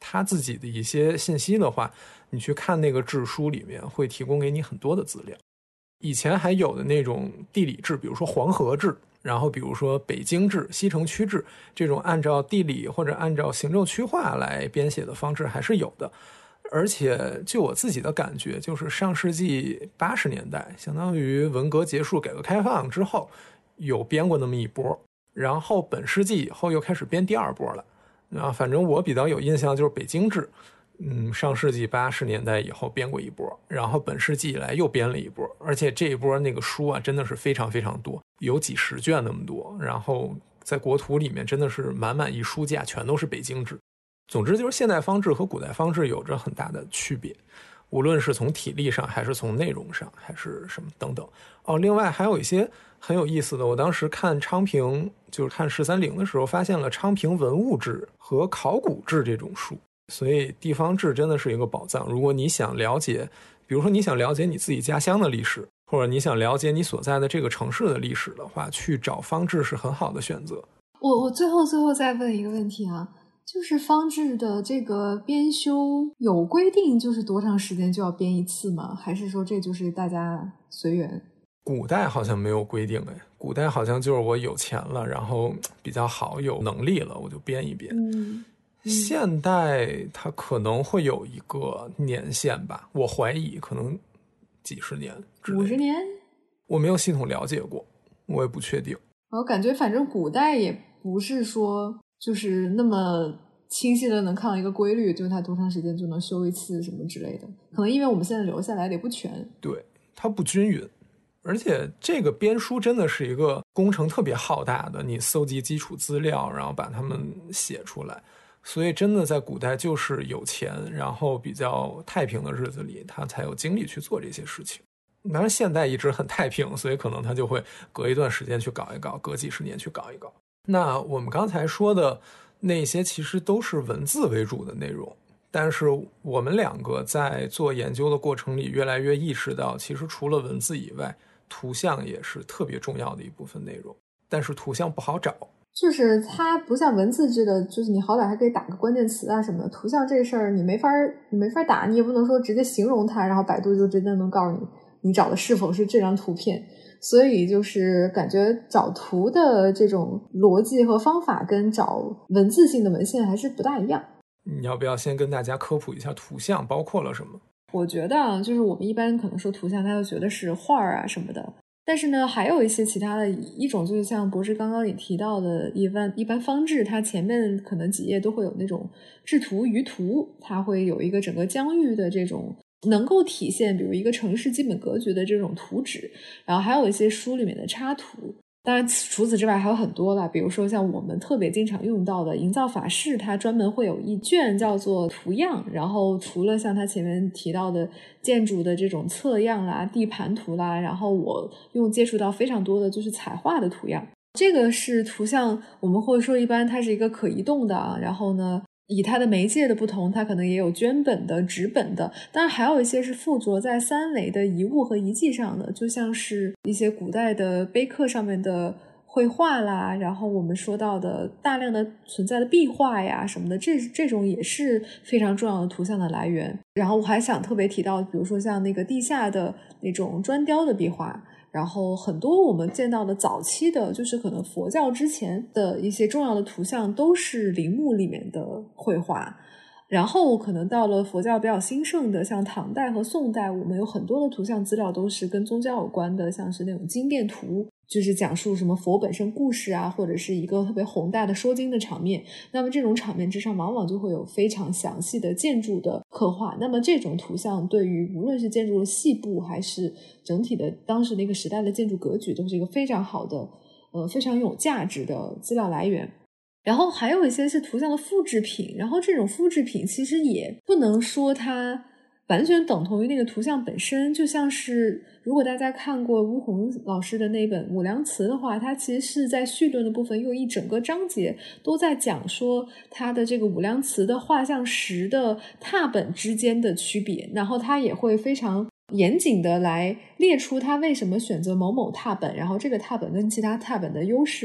他自己的一些信息的话，你去看那个志书里面会提供给你很多的资料。以前还有的那种地理志，比如说黄河志，然后比如说北京志、西城区志，这种按照地理或者按照行政区划来编写的方式还是有的。而且就我自己的感觉，就是上世纪八十年代，相当于文革结束、改革开放之后，有编过那么一波，然后本世纪以后又开始编第二波了。啊，反正我比较有印象就是北京志，嗯，上世纪八十年代以后编过一波，然后本世纪以来又编了一波，而且这一波那个书啊，真的是非常非常多，有几十卷那么多，然后在国图里面真的是满满一书架，全都是北京志。总之就是现代方志和古代方志有着很大的区别，无论是从体力上，还是从内容上，还是什么等等。哦，另外还有一些很有意思的，我当时看昌平，就是看十三陵的时候，发现了昌平文物志和考古志这种书。所以地方志真的是一个宝藏。如果你想了解，比如说你想了解你自己家乡的历史，或者你想了解你所在的这个城市的历史的话，去找方志是很好的选择。 我我最后最后再问一个问题啊，就是方志的这个编修有规定就是多长时间就要编一次吗？还是说这就是大家随缘？ 古代好像没有规定，哎，古代好像就是我有钱了，然后比较好有能力了，我就编一编。 嗯， 现代它可能会有一个年限吧，我怀疑可能几十年之类的， 五十年， 我没有系统了解过，我也不确定。 我感觉反正古代也不是说就是那么清晰的能看到一个规律，就是它多长时间就能修一次什么之类的，可能因为我们现在留下来的也不全。 对，它不均匀，而且这个编书真的是一个工程特别浩大的，你搜集基础资料，然后把它们写出来。所以真的在古代就是有钱，然后比较太平的日子里，他才有精力去做这些事情。当然现代一直很太平，所以可能他就会隔一段时间去搞一搞，隔几十年去搞一搞。那我们刚才说的那些其实都是文字为主的内容，但是我们两个在做研究的过程里越来越意识到，其实除了文字以外，图像也是特别重要的一部分内容，但是图像不好找。 就是它不像文字制的，就是你好歹还可以打个关键词啊什么的。图像这事儿你没法你没法打，你也不能说直接形容它，然后百度就真的能告诉你你找的是否是这张图片。所以就是感觉找图的这种逻辑和方法跟找文字性的文献还是不大一样。 你要不要先跟大家科普一下图像包括了什么？ 我觉得啊，就是我们一般可能说图像，他就觉得是画啊什么的。但是呢，还有一些其他的，一种就是像博士刚刚也提到的，一般一般方志，它前面可能几页都会有那种制图舆图，它会有一个整个疆域的这种能够体现，比如一个城市基本格局的这种图纸，然后还有一些书里面的插图。当然除此之外还有很多啦，比如说像我们特别经常用到的营造法式，它专门会有一卷叫做图样，然后除了像它前面提到的建筑的这种侧样啦、地盘图啦，然后我用接触到非常多的就是彩画的图样。这个是图像，我们会说一般它是一个可移动的啊，然后呢以它的媒介的不同，它可能也有绢本的、纸本的，当然还有一些是附着在三维的遗物和遗迹上的，就像是一些古代的碑刻上面的绘画啦，然后我们说到的大量的存在的壁画呀什么的，这这种也是非常重要的图像的来源。然后我还想特别提到，比如说像那个地下的那种砖雕的壁画，然后很多我们见到的早期的就是可能佛教之前的一些重要的图像都是陵墓里面的绘画，然后可能到了佛教比较兴盛的像唐代和宋代，我们有很多的图像资料都是跟宗教有关的，像是那种经变图，就是讲述什么佛本身故事啊，或者是一个特别宏大的说经的场面，那么这种场面之上往往就会有非常详细的建筑的刻画，那么这种图像对于无论是建筑的细部还是整体的当时那个时代的建筑格局都是一个非常好的呃，非常有价值的资料来源。然后还有一些是图像的复制品，然后这种复制品其实也不能说它完全等同于那个图像本身，就像是如果大家看过巫红老师的那本《武梁祠》的话，它其实是在绪论的部分用一整个章节都在讲说它的这个武梁祠的画像石的拓本之间的区别，然后它也会非常严谨的来列出它为什么选择某某拓本，然后这个拓本跟其他拓本的优势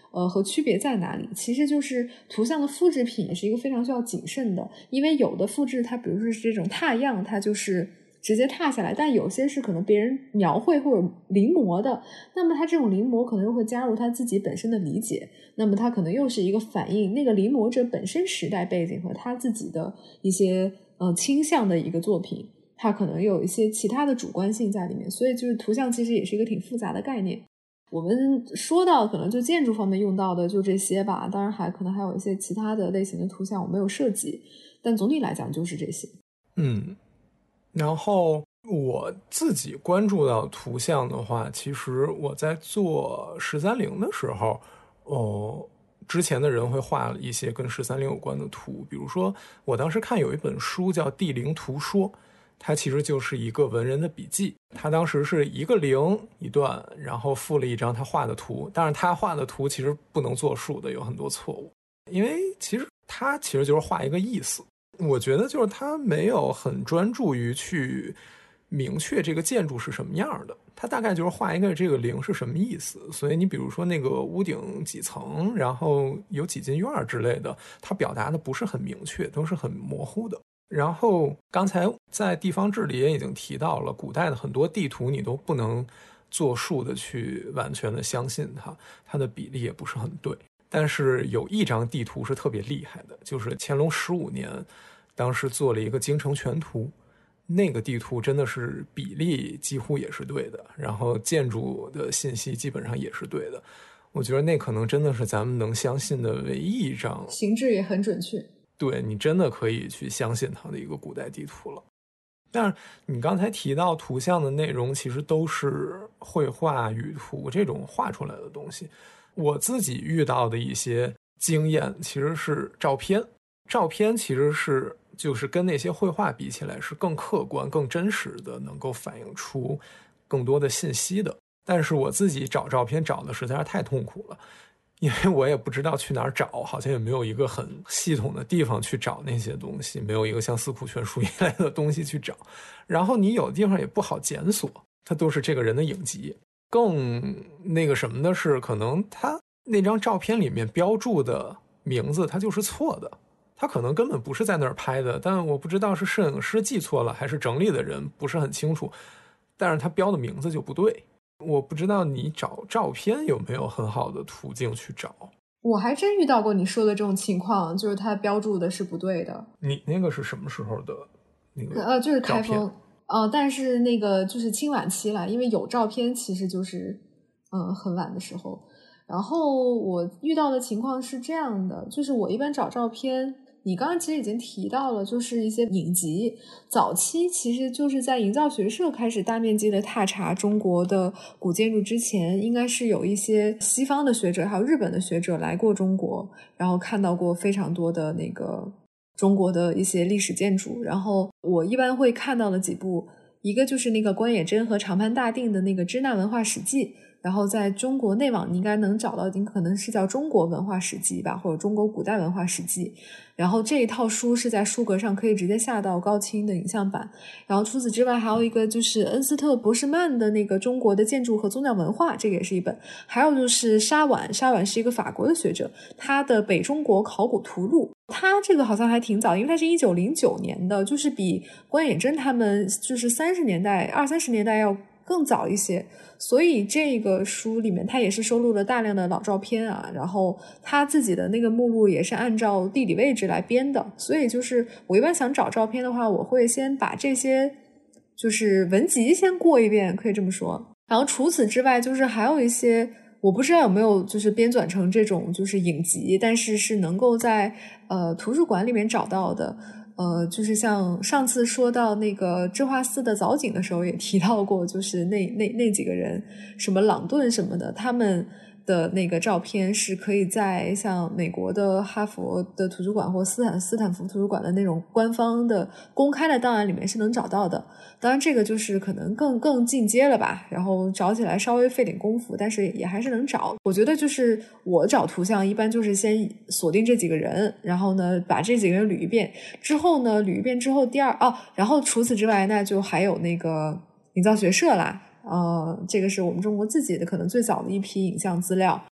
呃，和区别在哪里？其实就是图像的复制品也是一个非常需要谨慎的，因为有的复制它比如说是这种拓样，它就是直接拓下来，但有些是可能别人描绘或者临摹的，那么它这种临摹可能又会加入他自己本身的理解，那么它可能又是一个反映那个临摹者本身时代背景和他自己的一些呃倾向的一个作品，它可能有一些其他的主观性在里面，所以就是图像其实也是一个挺复杂的概念。我们说到可能就建筑方面用到的就这些吧，当然还可能还有一些其他的类型的图像我没有涉及，但总体来讲就是这些。 嗯，然后我自己关注到图像的话，其实我在做十三陵的时候，哦，之前的人会画一些跟十三陵有关的图，比如说我当时看有一本书叫《地陵图说》，它其实就是一个文人的笔记，他当时是一个陵一段，然后附了一张他画的图，但是他画的图其实不能作数的，有很多错误，因为其实他其实就是画一个意思。我觉得就是他没有很专注于去明确这个建筑是什么样的，他大概就是画一个这个陵是什么意思。所以你比如说那个屋顶几层，然后有几进院之类的，他表达的不是很明确，都是很模糊的。然后刚才在地方志里也已经提到了，古代的很多地图你都不能作数的去完全的相信它，它的比例也不是很对。但是有一张地图是特别厉害的，就是乾隆十五年当时做了一个京城全图，那个地图真的是比例几乎也是对的，然后建筑的信息基本上也是对的。我觉得那可能真的是咱们能相信的唯一一张， 形制也很准确， 对，你真的可以去相信它的一个古代地图了。但是你刚才提到图像的内容其实都是绘画语图这种画出来的东西，我自己遇到的一些经验其实是照片，照片其实是就是跟那些绘画比起来是更客观更真实的，能够反映出更多的信息的。但是我自己找照片找的实在是太痛苦了，因为我也不知道去哪儿找，好像也没有一个很系统的地方去找那些东西，没有一个像四库全书一类的东西去找，然后你有的地方也不好检索，它都是这个人的影集。更那个什么的是，可能他那张照片里面标注的名字它就是错的，他可能根本不是在那儿拍的，但我不知道是摄影师记错了还是整理的人不是很清楚，但是他标的名字就不对。我不知道你找照片有没有很好的途径去找。 我还真遇到过你说的这种情况，就是它标注的是不对的。 你那个是什么时候的那个？ 呃，就是开封，呃，但是那个就是清晚期了，因为有照片其实就是嗯、呃、很晚的时候。然后我遇到的情况是这样的，就是我一般找照片，你刚刚其实已经提到了，就是一些影集。早期其实就是在营造学社开始大面积的踏查中国的古建筑之前，应该是有一些西方的学者还有日本的学者来过中国，然后看到过非常多的那个中国的一些历史建筑。然后我一般会看到的几部，一个就是那个关野真和长潘大定的那个《支那文化史记》，然后在中国内网你应该能找到，可能是叫中国文化史记吧，或者中国古代文化史记。然后这一套书是在书格上可以直接下到高清的影像版。然后除此之外还有一个就是恩斯特博士曼的那个中国的建筑和宗教文化，这个也是一本。还有就是沙婉，沙婉是一个法国的学者，他的北中国考古图录，他这个好像还挺早，因为他是一九零九年的，就是比关野真他们就是三十年代二三十年代要更早一些。所以这个书里面他也是收录了大量的老照片啊，然后他自己的那个目录也是按照地理位置来编的。所以就是我一般想找照片的话，我会先把这些就是文集先过一遍，可以这么说。然后除此之外就是还有一些我不知道有没有就是编纂成这种就是影集，但是是能够在呃图书馆里面找到的。呃，就是像上次说到那个智化寺的藻井的时候也提到过，就是那那那几个人，什么朗顿什么的，他们的那个照片是可以在像美国的哈佛的图书馆或斯坦斯坦福图书馆的那种官方的公开的档案里面是能找到的。当然这个就是可能更更进阶了吧，然后找起来稍微费点功夫，但是也还是能找。我觉得就是我找图像一般就是先锁定这几个人，然后呢把这几个人捋一遍，之后呢捋一遍之后第二哦，然后除此之外那就还有那个营造学社啦，呃，这个是我们中国自己的可能最早的一批影像资料。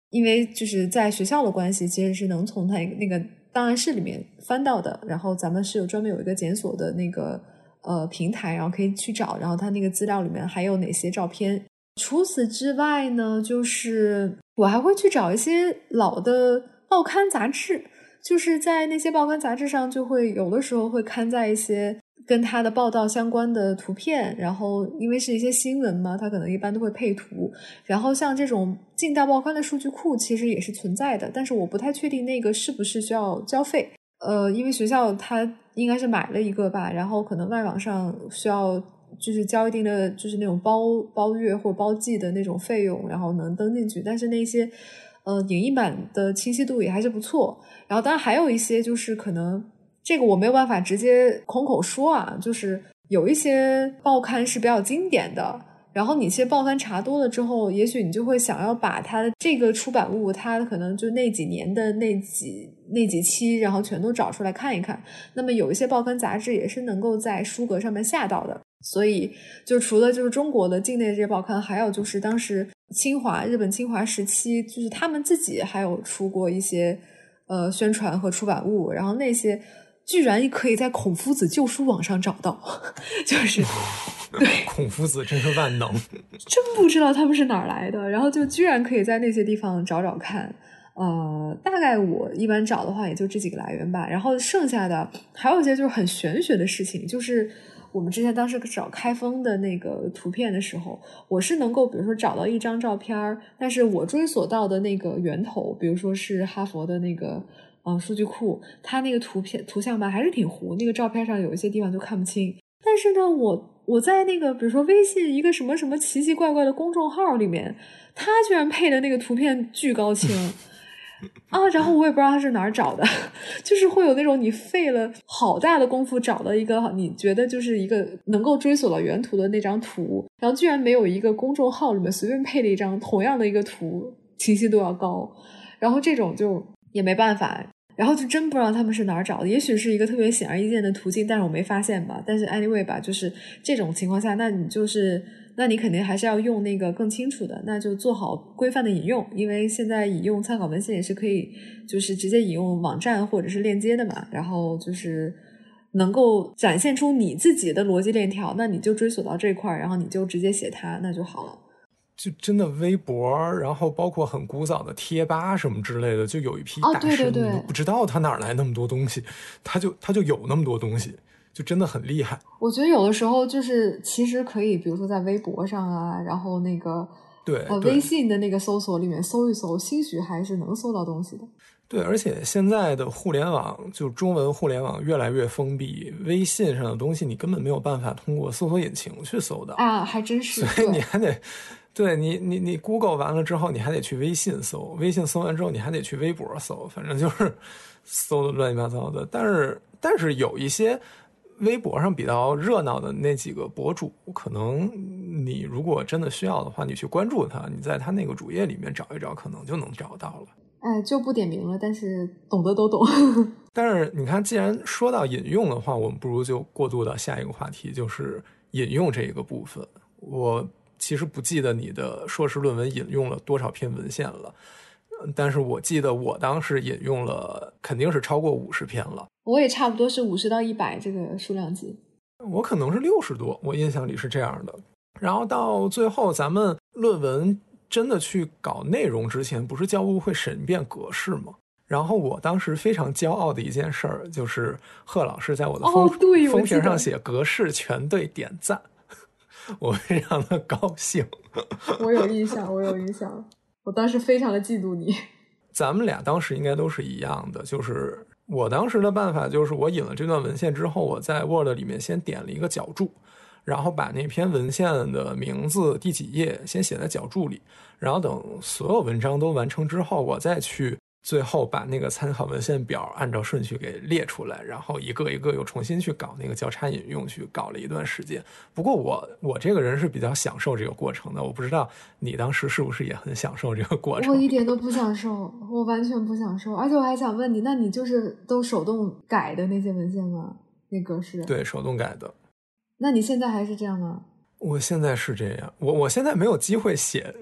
因为就是在学校的关系，其实是能从他那个档案室里面翻到的。然后咱们是有专门有一个检索的那个呃平台，然后可以去找，然后他那个资料里面还有哪些照片。除此之外呢，就是我还会去找一些老的报刊杂志，就是在那些报刊杂志上就会有的时候会刊载一些跟他的报道相关的图片，然后因为是一些新闻嘛，它可能一般都会配图。然后像这种近代报刊的数据库其实也是存在的，但是我不太确定那个是不是需要交费。呃，因为学校它应该是买了一个吧，然后可能外网上需要就是交一定的就是那种包包月或包季的那种费用，然后能登进去。但是那些呃影音版的清晰度也还是不错。然后当然还有一些就是可能这个我没有办法直接空口说啊，就是有一些报刊是比较经典的，然后你一些报刊查多了之后，也许你就会想要把它的这个出版物，它可能就那几年的那几那几期，然后全都找出来看一看。那么有一些报刊杂志也是能够在书阁上面下到的，所以就除了就是中国的境内这些报刊，还有就是当时清华日本清华时期，就是他们自己还有出过一些呃宣传和出版物，然后那些居然可以在孔夫子旧书网上找到，就是对孔夫子真是万能， 真不知道他们是哪儿来的，然后就居然可以在那些地方找找看。呃，大概我一般找的话也就这几个来源吧，然后剩下的还有一些就是很玄学的事情，就是我们之前当时找开封的那个图片的时候，我是能够比如说找到一张照片，但是我追索到的那个源头，比如说是哈佛的那个嗯数据库，它那个图片图像吧还是挺糊，那个照片上有一些地方就看不清。但是呢，我我在那个比如说微信一个什么什么奇奇怪怪的公众号里面，它居然配的那个图片巨高清啊，然后我也不知道它是哪儿找的，就是会有那种你费了好大的功夫找到一个你觉得就是一个能够追索到原图的那张图，然后居然没有一个公众号里面随便配了一张同样的一个图清晰度要高，然后这种就也没办法，然后就真不知道他们是哪儿找的，也许是一个特别显而易见的途径，但是我没发现吧。但是 anyway 吧，就是这种情况下，那你就是那你肯定还是要用那个更清楚的，那就做好规范的引用，因为现在引用参考文献也是可以就是直接引用网站或者是链接的嘛，然后就是能够展现出你自己的逻辑链条，那你就追索到这块，然后你就直接写它，那就好了。 就真的微博，然后包括很古早的贴吧什么之类的，就有一批大神， 哦、对对对， 你都不知道他哪来那么多东西，他就他就有那么多东西，就真的很厉害。 我觉得有的时候就是其实可以，比如说在微博上啊，然后那个对呃微信的那个搜索里面搜一搜，兴许还是能搜到东西的。 对，而且现在的互联网，就中文互联网越来越封闭，微信上的东西你根本没有办法通过搜索引擎去搜到啊，还真是。 所以你还得。对你，你你 Google 完了之后，你还得去微信搜，微信搜完之后，你还得去微博搜，反正就是搜的乱七八糟的。但是，但是有一些微博上比较热闹的那几个博主，可能你如果真的需要的话，你去关注他，你在他那个主页里面找一找，可能就能找到了。 哎，就不点名了，但是懂得都懂。 但是你看，既然说到引用的话，我们不如就过渡到下一个话题，就是引用这一个部分。我其实不记得你的硕士论文引用了多少篇文献了，但是我记得我当时引用了肯定是超过五十篇了。 我也差不多是五十到一百这个数量级。 我可能是六十多，我印象里是这样的。然后到最后咱们论文真的去搞内容之前，不是教务会审一遍格式吗？然后我当时非常骄傲的一件事儿，就是贺老师在我的封、 哦、对封皮上写格式全对点赞，我非常的高兴。 我有印象，我有印象，我当时非常的嫉妒你。 咱们俩当时应该都是一样的，就是我当时的办法就是我引了这段文献之后，我在 Word 里面先点了一个脚注，然后把那篇文献的名字第几页先写在脚注里，然后等所有文章都完成之后，我再去最后把那个参考文献表按照顺序给列出来，然后一个一个又重新去搞那个交叉引用，去搞了一段时间。不过我我这个人是比较享受这个过程的，我不知道你当时是不是也很享受这个过程。 我一点都不享受，我完全不享受。而且我还想问你，那你就是都手动改的那些文献吗？那格式？ 对，手动改的。 那你现在还是这样吗？ 我现在是这样，我我现在没有机会写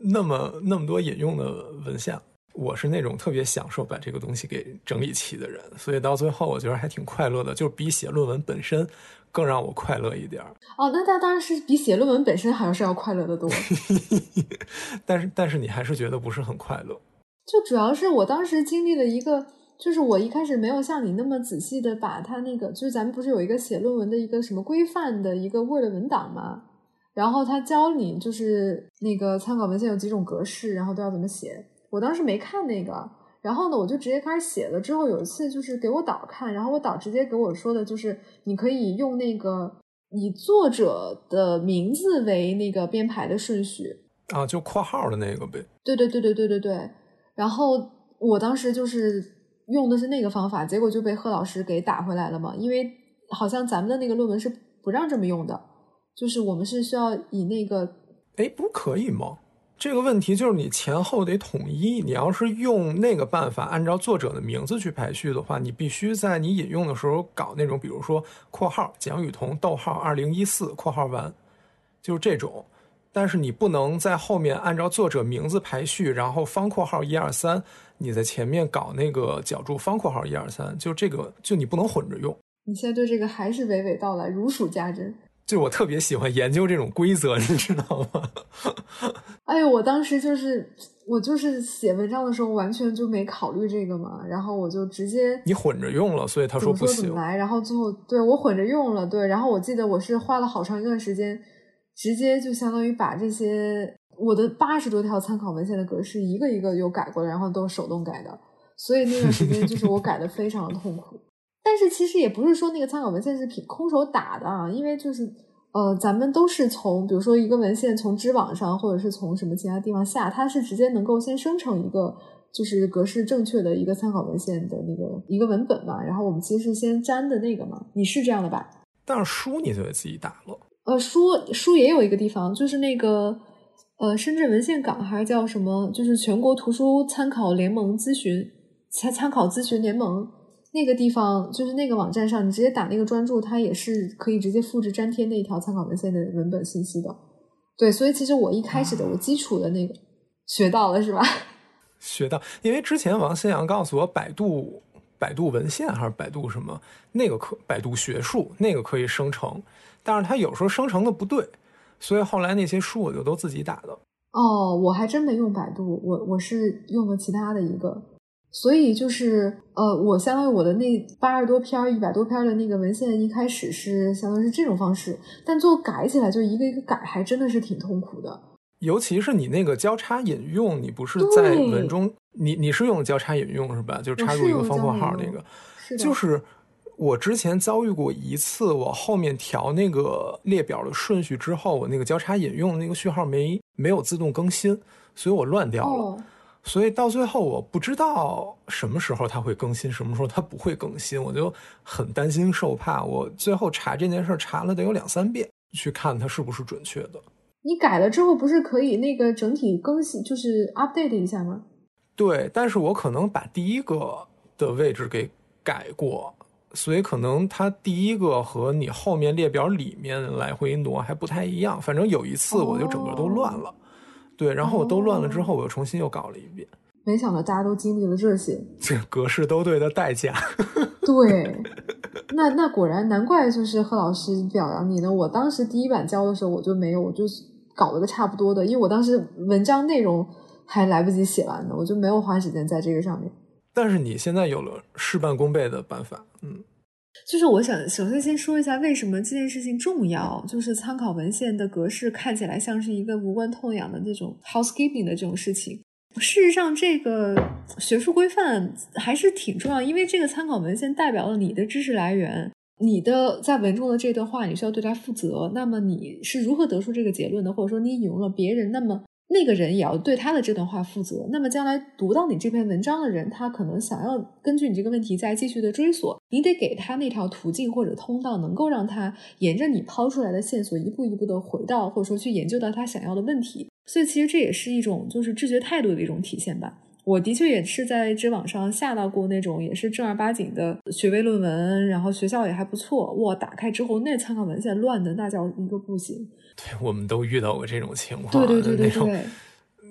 那么那么多引用的文献。我是那种特别享受把这个东西给整理齐的人，所以到最后我觉得还挺快乐的，就是比写论文本身更让我快乐一点。 哦，那他当然是比写论文本身好像是要快乐的多。 但是但是你还是觉得不是很快乐。 就主要是我当时经历了一个，就是我一开始没有像你那么仔细的把它那个，就是咱们不是有一个写论文的一个什么规范的一个 Word 文档吗？然后他教你就是那个参考文献有几种格式，然后都要怎么写。我当时没看那个，然后呢我就直接开始写了。之后有一次就是给我导看，然后我导直接给我说的就是你可以用那个以作者的名字为那个编排的顺序啊，就括号的那个呗。 对对对对对对对。然后我当时就是用的是那个方法，结果就被贺老师给打回来了嘛，因为好像咱们的那个论文是不让这么用的，就是我们是需要以那个， 哎，不可以吗？这个问题就是你前后得统一，你要是用那个办法按照作者的名字去排序的话，你必须在你引用的时候搞那种比如说括号蒋雨桐逗号二零一四括号完，就是这种。但是你不能在后面按照作者名字排序，然后方括号一二三，你在前面搞那个角注方括号一二三，就这个就你不能混着用。 你现在对这个还是娓娓道来，如数家珍。 就我特别喜欢研究这种规则，你知道吗？ 哎呦，我当时就是我就是写文章的时候完全就没考虑这个嘛，然后我就直接你混着用了，所以他说不行。 怎么说怎么来，然后最后对我混着用了，对，然后我记得我是花了好长一段时间，直接就相当于把这些我的八十多条参考文献的格式一个一个又改过来，然后都是手动改的，所以那段时间就是我改的非常的痛苦。但是其实也不是说那个参考文献是凭空手打的啊，因为就是呃，咱们都是从比如说一个文献从知网上或者是从什么其他地方下，它是直接能够先生成一个就是格式正确的一个参考文献的那个一个文本嘛，然后我们其实是先粘的那个嘛，你是这样的吧？ 但是书你就得自己打了。 呃，书书也有一个地方，就是那个呃深圳文献港还是叫什么，就是全国图书参考联盟咨询参参考咨询联盟。那个地方就是那个网站上，你直接打那个专注，它也是可以直接复制粘贴那一条参考文献的文本信息的。对，所以其实我一开始的、啊、我基础的那个学到了是吧？ 学到，因为之前王新阳告诉我百度百度文献还是百度什么那个可百度学术那个可以生成，但是它有时候生成的不对，所以后来那些书我就都自己打的。 哦，我还真没用百度，我我是用了其他的一个。所以就是呃，我相当于我的那八十多篇一百多篇的那个文献一开始是相当于是这种方式，但最后改起来就一个一个改，还真的是挺痛苦的。 尤其是你那个交叉引用，你不是在文中，你你是用交叉引用是吧？就插入一个方括号那个， 是的。 就是我之前遭遇过一次，我后面调那个列表的顺序之后，我那个交叉引用那个序号没没有自动更新，所以我乱掉了。 哦， 所以到最后我不知道什么时候它会更新，什么时候它不会更新，我就很担心受怕。我最后查这件事查了得有两三遍，去看它是不是准确的。 你改了之后不是可以那个整体更新，就是 update 一下吗？ 对，但是我可能把第一个的位置给改过，所以可能它第一个和你后面列表里面来回挪还不太一样。反正有一次我就整个都乱了。哦，对，然后我都乱了之后，我又重新又搞了一遍。 没想到大家都经历了这些， 这格式都对的代价。 对，那那果然难怪就是贺老师表扬你呢。我当时第一版交的时候我就没有，我就搞了个差不多的，因为我当时文章内容还来不及写完呢，我就没有花时间在这个上面。 但是你现在有了事半功倍的办法，嗯。 就是我想首先先说一下为什么这件事情重要，就是参考文献的格式看起来像是一个无关痛痒的这种 housekeeping 的这种事情，事实上这个学术规范还是挺重要，因为这个参考文献代表了你的知识来源，你的在文中的这段话你需要对它负责，那么你是如何得出这个结论的，或者说你引用了别人，那么那个人也要对他的这段话负责，那么将来读到你这篇文章的人，他可能想要根据你这个问题再继续的追索，你得给他那条途径或者通道，能够让他沿着你抛出来的线索一步一步的回到，或者说去研究到他想要的问题。所以其实这也是一种就是治学态度的一种体现吧。我的确也是在知网上下到过那种也是正儿八经的学位论文，然后学校也还不错，哇，打开之后那参考文献乱的那叫一个不行。 对，我们都遇到过这种情况。 对对对对对，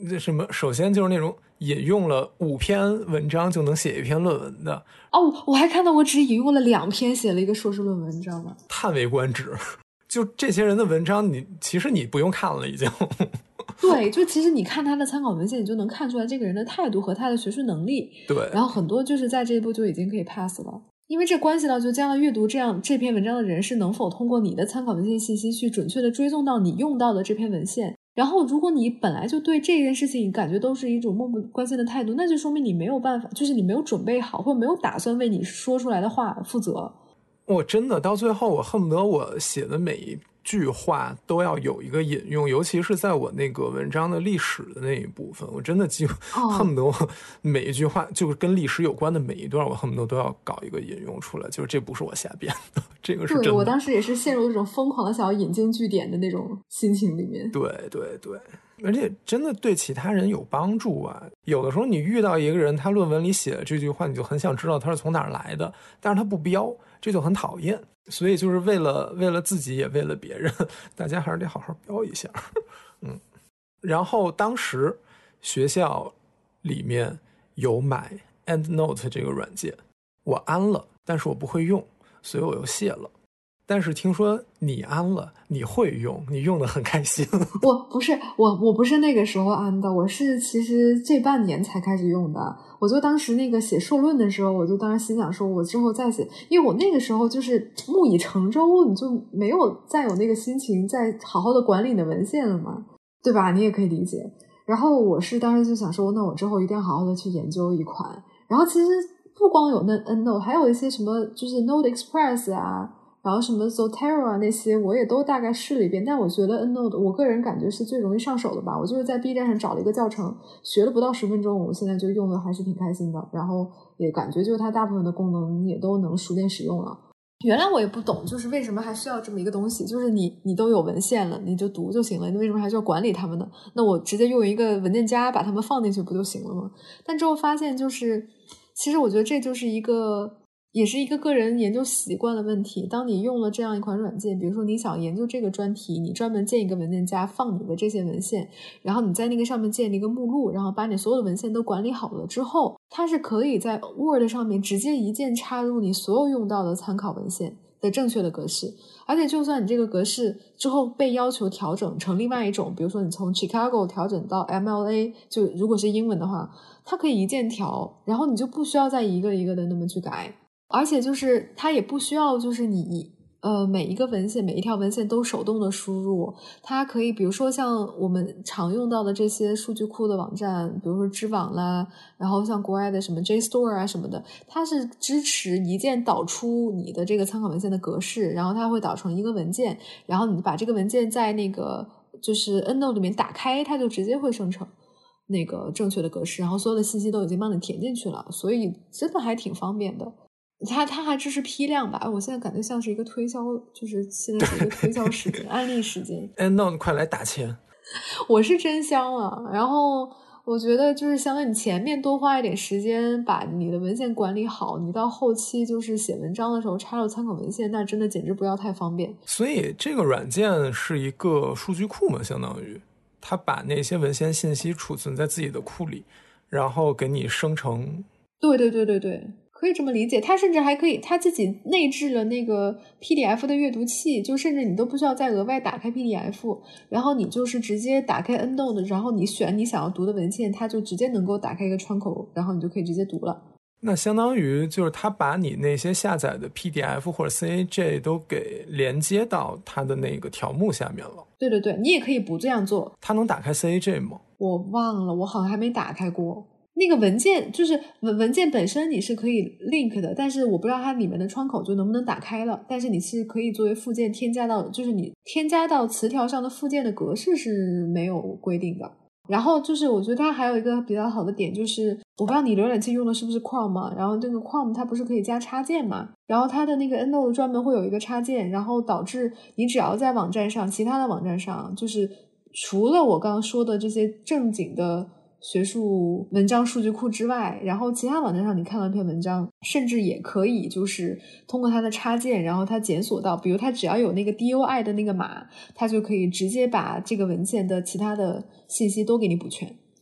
这什么？首先就是那种引用了五篇文章就能写一篇论文的。 哦，我还看到我只引用了两篇写了一个硕士论文，你知道吗？ 叹为观止。就这些人的文章你，你其实你不用看了已经。 对，就其实你看他的参考文献，你就能看出来这个人的态度和他的学术能力。 对， 然后很多就是在这一步就已经可以 pass 了。因为这关系到就将来阅读这样这篇文章的人是能否通过你的参考文献信息去准确的追踪到你用到的这篇文献。然后如果你本来就对这件事情感觉都是一种漠不关心的态度，那就说明你没有办法，就是你没有准备好，或者没有打算为你说出来的话负责。 我真的到最后我恨不得我写的每一句话都要有一个引用，尤其是在我那个文章的历史的那一部分，我真的几乎恨不得我每一句话就是跟历史有关的每一段，我恨不得都要搞一个引用出来，就是这不是我瞎编的，这个是真的。 对，我当时也是陷入这种疯狂的想要引经据典的那种心情里面。 对对对，而且真的对其他人有帮助啊。有的时候你遇到一个人，他论文里写的这句话，你就很想知道他是从哪儿来的，但是他不标，这就很讨厌。所以就是为了为了自己也为了别人，大家还是得好好标一下。嗯，然后当时学校里面有买 EndNote 这个软件，我安了，但是我不会用，所以我又卸了。但是听说你安了，你会用，你用得很开心。 我不是我我不是那个时候安的，我是其实这半年才开始用的。我就当时那个写硕论的时候，我就当时心想说，我之后再写，因为我那个时候就是木已成舟，你就没有再有那个心情再好好的管理你的文献了嘛，对吧？你也可以理解。然后我是当时就想说，那我之后一定要好好的去研究一款。然后其实不光有那 EndNote， 还有一些什么就是 NoteExpress 啊，然后什么 Zotero 啊那些我也都大概试了一遍，但我觉得 EndNote 我个人感觉是最容易上手的吧。我就是在 B 站上找了一个教程，学了不到十分钟，我现在就用的还是挺开心的，然后也感觉就是它大部分的功能也都能熟练使用了。原来我也不懂，就是为什么还需要这么一个东西，就是你你都有文献了，你就读就行了，你为什么还需要管理它们呢？那我直接用一个文件夹把它们放进去不就行了吗？但之后发现就是其实我觉得这就是一个也是一个个人研究习惯的问题。当你用了这样一款软件，比如说你想研究这个专题，你专门建一个文件夹放你的这些文献，然后你在那个上面建立一个目录，然后把你所有的文献都管理好了之后，它是可以在 Word 上面直接一键插入你所有用到的参考文献的正确的格式。而且就算你这个格式之后被要求调整成另外一种，比如说你从 Chicago 调整到 M L A， 就如果是英文的话，它可以一键调，然后你就不需要再一个一个的那么去改。而且就是它也不需要就是你呃每一个文献每一条文献都手动的输入，它可以比如说像我们常用到的这些数据库的网站，比如说知网啦，然后像国外的什么 JSTOR 啊什么的，它是支持一键导出你的这个参考文献的格式，然后它会导成一个文件，然后你把这个文件在那个就是 EndNote 里面打开，它就直接会生成那个正确的格式，然后所有的信息都已经帮你填进去了，所以真的还挺方便的。它它还支持批量吧，我现在感觉像是一个推销，就是现在是一个推销时间案例时间。 EndNote 快来打钱， 我是真香了。然后我觉得就是相当于你前面多花一点时间把你的文献管理好，你到后期就是写文章的时候插入参考文献，那真的简直不要太方便。 所以这个软件是一个数据库嘛，相当于它把那些文献信息储存在自己的库里，然后给你生成。 对对对对对，可以这么理解。它甚至还可以它自己内置了那个 P D F 的阅读器，就甚至你都不需要再额外打开 P D F， 然后你就是直接打开 EndNote， 然后你选你想要读的文献，它就直接能够打开一个窗口，然后你就可以直接读了。 那相当于就是它把你那些下载的 P D F 或者 C A J 都给连接到它的那个条目下面了。 对对对，你也可以不这样做。 它能打开 C A J 吗？ 我忘了，我好像还没打开过。那个文件就是文文件本身你是可以 link 的，但是我不知道它里面的窗口就能不能打开了，但是你是可以作为附件添加到，就是你添加到词条上的附件的格式是没有规定的。然后就是我觉得它还有一个比较好的点，就是我不知道你浏览器用的是不是 Chrome 嘛，然后这个 Chrome 它不是可以加插件嘛，然后它的那个 EndNote 专门会有一个插件，然后导致你只要在网站上其他的网站上，就是除了我刚刚说的这些正经的学术文章数据库之外，然后其他网站上你看到一篇文章，甚至也可以就是通过它的插件，然后它检索到，比如它只要有那个 D O I 的那个码，它就可以直接把这个文献的其他的信息都给你补全。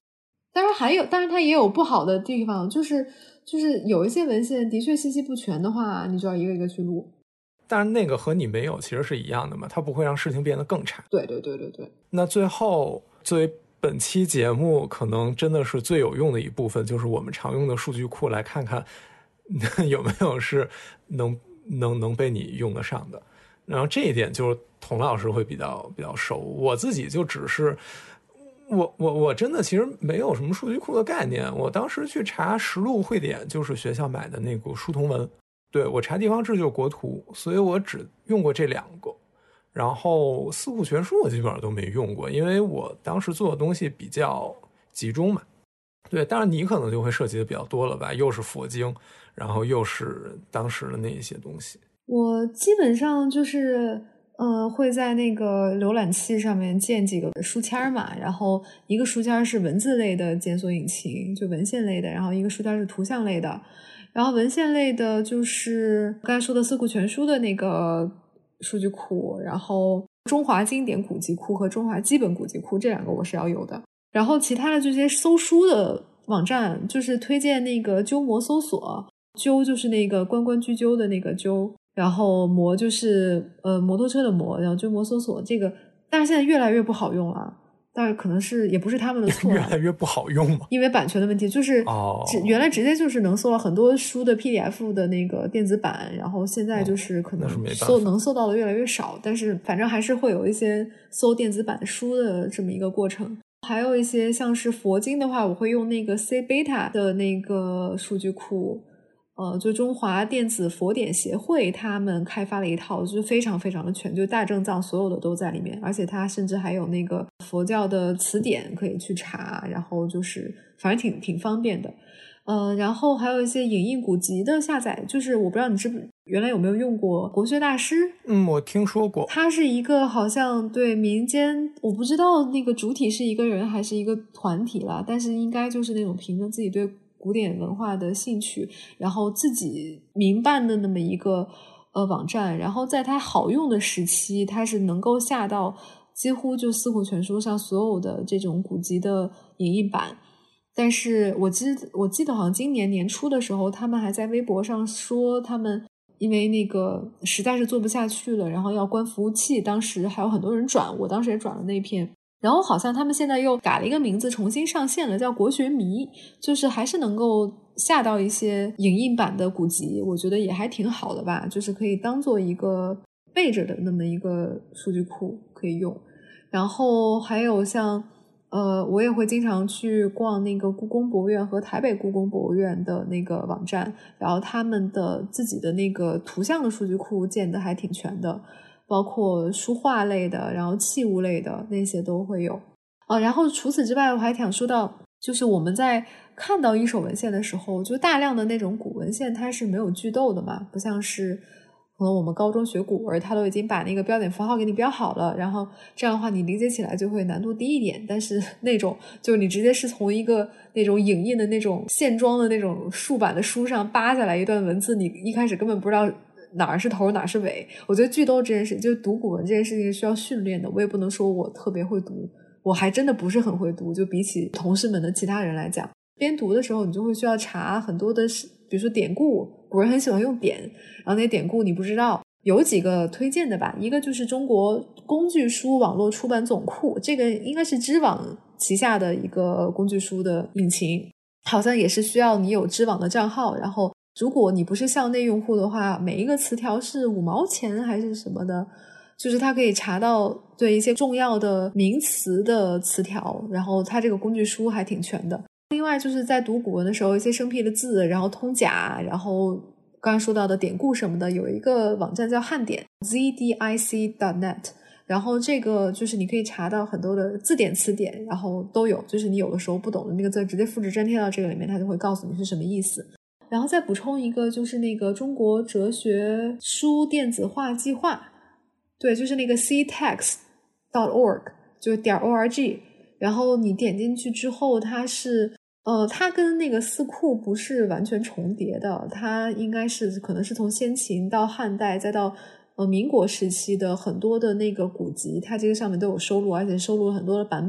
当然还有，当然它也有不好的地方，就是就是有一些文献的确信息不全的话，你就要一个一个去录。 但是那个和你没有其实是一样的嘛，它不会让事情变得更差。 对对对对对。 那最后作为本期节目可能真的是最有用的一部分，就是我们常用的数据库，来看看有没有是能能能被你用得上的。然后这一点就是童老师会比较比较熟，我自己就只是我我我真的其实没有什么数据库的概念。我当时去查实录汇点，就是学校买的那个书同文，对，我查地方志就是国图，所以我只用过这两个。然后四库全书我基本上都没用过，因为我当时做的东西比较集中嘛。对，当然你可能就会涉及的比较多了吧，又是佛经，然后又是当时的那一些东西。 我基本上就是呃会在那个浏览器上面建几个书签嘛，然后一个书签是文字类的检索引擎，就文献类的，然后一个书签是图像类的。然后文献类的就是刚才说的四库全书的那个数据库，然后中华经典古籍库和中华基本古籍库这两个我是要有的。然后其他的这些搜书的网站就是推荐那个鸠摩搜索，鸠就是那个关关雎鸠的那个鸠，然后摩就是呃摩托车的摩，然后鸠摩搜索这个，但是现在越来越不好用了。但是可能是也不是他们的错， 越来越不好用嘛， 因为版权的问题，就是哦， 原来直接就是能搜到很多书的 P D F 的那个电子版，然后现在就是可能搜、哦、能搜到的越来越少，但是反正还是会有一些搜电子版书的这么一个过程。还有一些像是佛经的话，我会用那个 C Beta 的那个数据库。呃，就中华电子佛典协会他们开发了一套，就是非常非常的全，就大正藏所有的都在里面，而且它甚至还有那个佛教的词典可以去查，然后就是反正挺挺方便的。呃，然后还有一些影印古籍的下载，就是我不知道你知不原来有没有用过国学大师？ 嗯，我听说过。 它是一个好像对民间，我不知道那个主体是一个人还是一个团体啦，但是应该就是那种凭着自己对古典文化的兴趣，然后自己民办的那么一个呃网站，然后在它好用的时期，它是能够下到几乎就四库全书上所有的这种古籍的影印版。但是我记我记得好像今年年初的时候，他们还在微博上说他们因为那个实在是做不下去了，然后要关服务器，当时还有很多人转，我当时也转了那篇。然后好像他们现在又改了一个名字，重新上线了，叫国学迷，就是还是能够下到一些影印版的古籍，我觉得也还挺好的吧，就是可以当做一个备着的那么一个数据库可以用。然后还有像呃，我也会经常去逛那个故宫博物院和台北故宫博物院的那个网站，然后他们的自己的那个图像的数据库建得还挺全的，包括书画类的，然后器物类的那些都会有。啊，然后除此之外，我还想说到，就是我们在看到一手文献的时候，就大量的那种古文献它是没有句读的嘛，不像是可能我们高中学古文，它都已经把那个标点符号给你标好了，然后这样的话你理解起来就会难度低一点。但是那种就是你直接是从一个那种影印的那种线装的那种竖版的书上扒下来一段文字，你一开始根本不知道哪儿是头哪儿是尾。我觉得句读这件事，就读古文这件事情需要训练的，我也不能说我特别会读，我还真的不是很会读，就比起同事们的其他人来讲，边读的时候你就会需要查很多的比如说典故，古人很喜欢用典，然后那些典故你不知道，有几个推荐的吧，一个就是中国工具书网络出版总库，这个应该是知网旗下的一个工具书的引擎，好像也是需要你有知网的账号，然后如果你不是校内用户的话，每一个词条是五毛钱还是什么的，就是它可以查到对一些重要的名词的词条，然后它这个工具书还挺全的。另外就是在读古文的时候，一些生僻的字，然后通假，然后刚才说到的典故什么的，有一个网站叫汉典 Z D I C dot net， 然后这个就是你可以查到很多的字典词典，然后都有，就是你有的时候不懂的那个字直接复制粘贴到这个里面，它就会告诉你是什么意思。然后再补充一个，就是那个中国哲学书电子化计划，对，就是那个 c text dot org， 就是点 org， 然后你点进去之后，它是呃，它跟那个四库不是完全重叠的，它应该是可能是从先秦到汉代再到呃民国时期的很多的那个古籍，它这个上面都有收录，而且收录了很多的版本。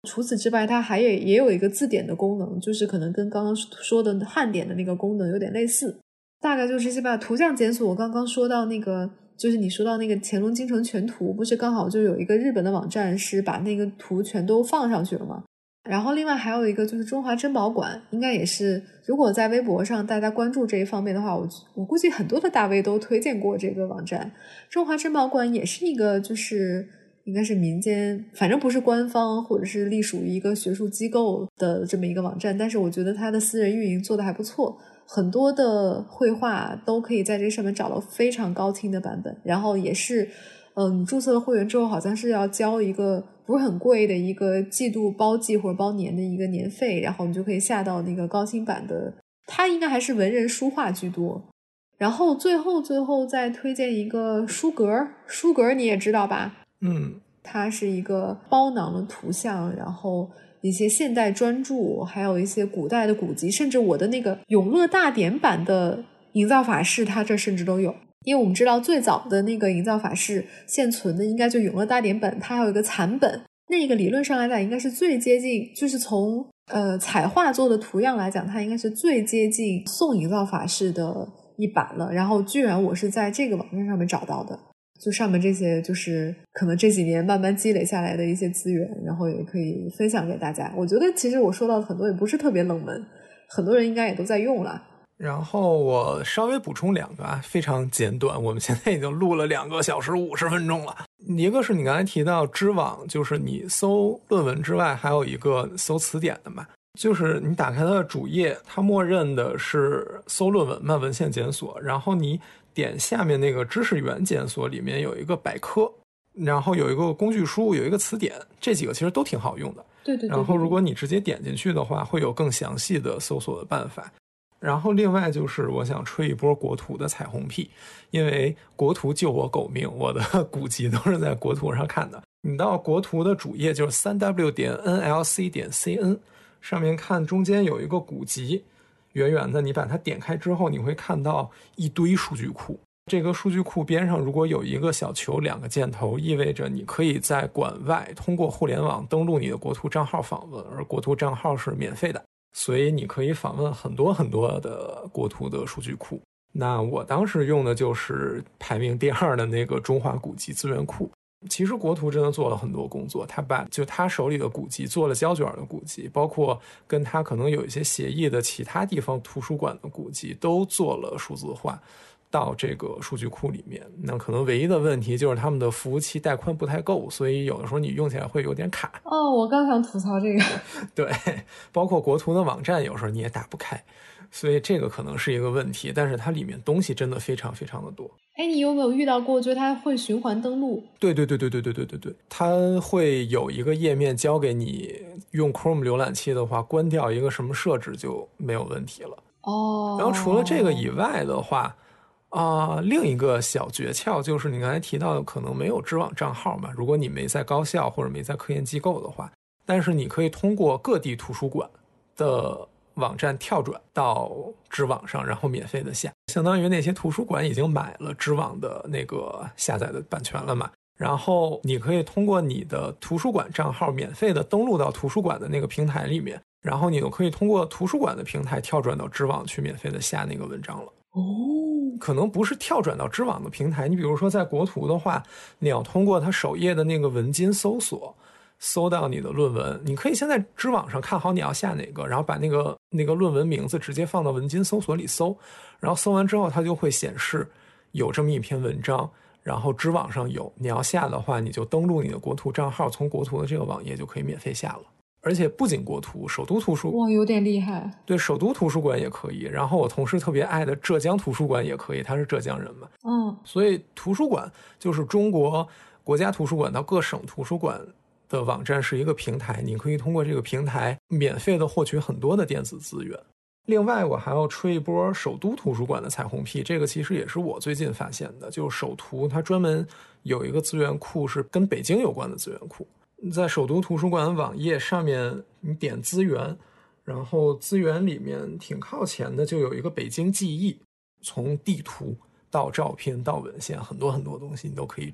除此之外，它还也也有一个字典的功能，就是可能跟刚刚说的汉典的那个功能有点类似。大概就是这些吧。图像检索，我刚刚说到那个，就是你说到那个乾隆京城全图，不是刚好就有一个日本的网站是把那个图全都放上去了吗？然后另外还有一个就是中华珍宝馆，应该也是，如果在微博上大家关注这一方面的话，我我估计很多的大 V 都推荐过这个网站。中华珍宝馆也是一个就是应该是民间，反正不是官方或者是隶属于一个学术机构的这么一个网站，但是我觉得它的私人运营做得还不错，很多的绘画都可以在这上面找到非常高清的版本，然后也是嗯、呃，你注册了会员之后好像是要交一个不是很贵的一个季度包季或者包年的一个年费，然后你就可以下到那个高清版的，它应该还是文人书画居多。然后最后最后再推荐一个书格，书格你也知道吧？ 嗯， 它是一个包囊的图像，然后一些现代专著，还有一些古代的古籍，甚至我的那个永乐大典版的营造法式它这甚至都有。因为我们知道最早的那个营造法式现存的应该就永乐大典本，它还有一个残本，那个理论上来讲应该是最接近，就是从呃彩画做的图样来讲，它应该是最接近宋营造法式的一版了。然后居然我是在这个网站上面找到的，就上面这些就是可能这几年慢慢积累下来的一些资源，然后也可以分享给大家。我觉得其实我说到的很多也不是特别冷门，很多人应该也都在用了。 然后我稍微补充两个啊，非常简短，我们现在已经录了两个小时五十分钟了。一个是你刚才提到知网，就是你搜论文之外还有一个搜词典的嘛，就是你打开它的主页，它默认的是搜论文嘛，文献检索，然后你点下面那个知识源检索，里面有一个百科，然后有一个工具书，有一个词典，这几个其实都挺好用的。 对对 对, 对。 然后如果你直接点进去的话，会有更详细的搜索的办法。然后另外就是我想吹一波国图的彩虹屁，因为国图救我狗命，我的古籍都是在国图上看的。你到国图的主页就是 三 w 点 n l c 点 c n， 上面看中间有一个古籍，圆圆的，你把它点开之后，你会看到一堆数据库。这个数据库边上如果有一个小球两个箭头，意味着你可以在馆外通过互联网登录你的国图账号访问，而国图账号是免费的，所以你可以访问很多很多的国图的数据库。那我当时用的就是排名第二的那个中华古籍资源库。其实国图真的做了很多工作，他把就他手里的古籍做了胶卷的古籍，包括跟他可能有一些协议的其他地方图书馆的古籍都做了数字化到这个数据库里面。那可能唯一的问题就是他们的服务器带宽不太够，所以有的时候你用起来会有点卡。 哦，我刚想吐槽这个。 对，包括国图的网站有时候你也打不开，所以这个可能是一个问题，但是它里面东西真的非常非常的多。 哎，你有没有遇到过就是它会循环登录？ 对对对对对对对对对，它会有一个页面教给你用 Chrome 浏览器的话，关掉一个什么设置就没有问题了。 哦， 然后除了这个以外的话啊、呃，另一个小诀窍就是你刚才提到的，可能没有知网账号嘛，如果你没在高校或者没在科研机构的话，但是你可以通过各地图书馆的网站跳转到知网上，然后免费的下，相当于那些图书馆已经买了知网的那个下载的版权了嘛，然后你可以通过你的图书馆账号免费的登录到图书馆的那个平台里面，然后你就可以通过图书馆的平台跳转到知网去免费的下那个文章了。 哦， 可能不是跳转到知网的平台，你比如说在国图的话，你要通过它首页的那个文津搜索搜到你的论文，你可以先在知网上看好你要下哪个，然后把那个那个论文名字直接放到文津搜索里搜，然后搜完之后它就会显示有这么一篇文章，然后知网上有，你要下的话你就登录你的国图账号，从国图的这个网页就可以免费下了。而且不仅国图，首都图书哇，有点厉害。 对，首都图书馆也可以，然后我同事特别爱的浙江图书馆也可以，他是浙江人嘛， 嗯， 所以图书馆就是中国国家图书馆到各省图书馆的网站是一个平台，你可以通过这个平台免费的获取很多的电子资源。另外我还要吹一波首都图书馆的彩虹屁，这个其实也是我最近发现的，就是首图它专门有一个资源库是跟北京有关的资源库，在首都图书馆网页上面你点资源，然后资源里面挺靠前的就有一个北京记忆，从地图到照片到文献，很多很多东西你都可以找。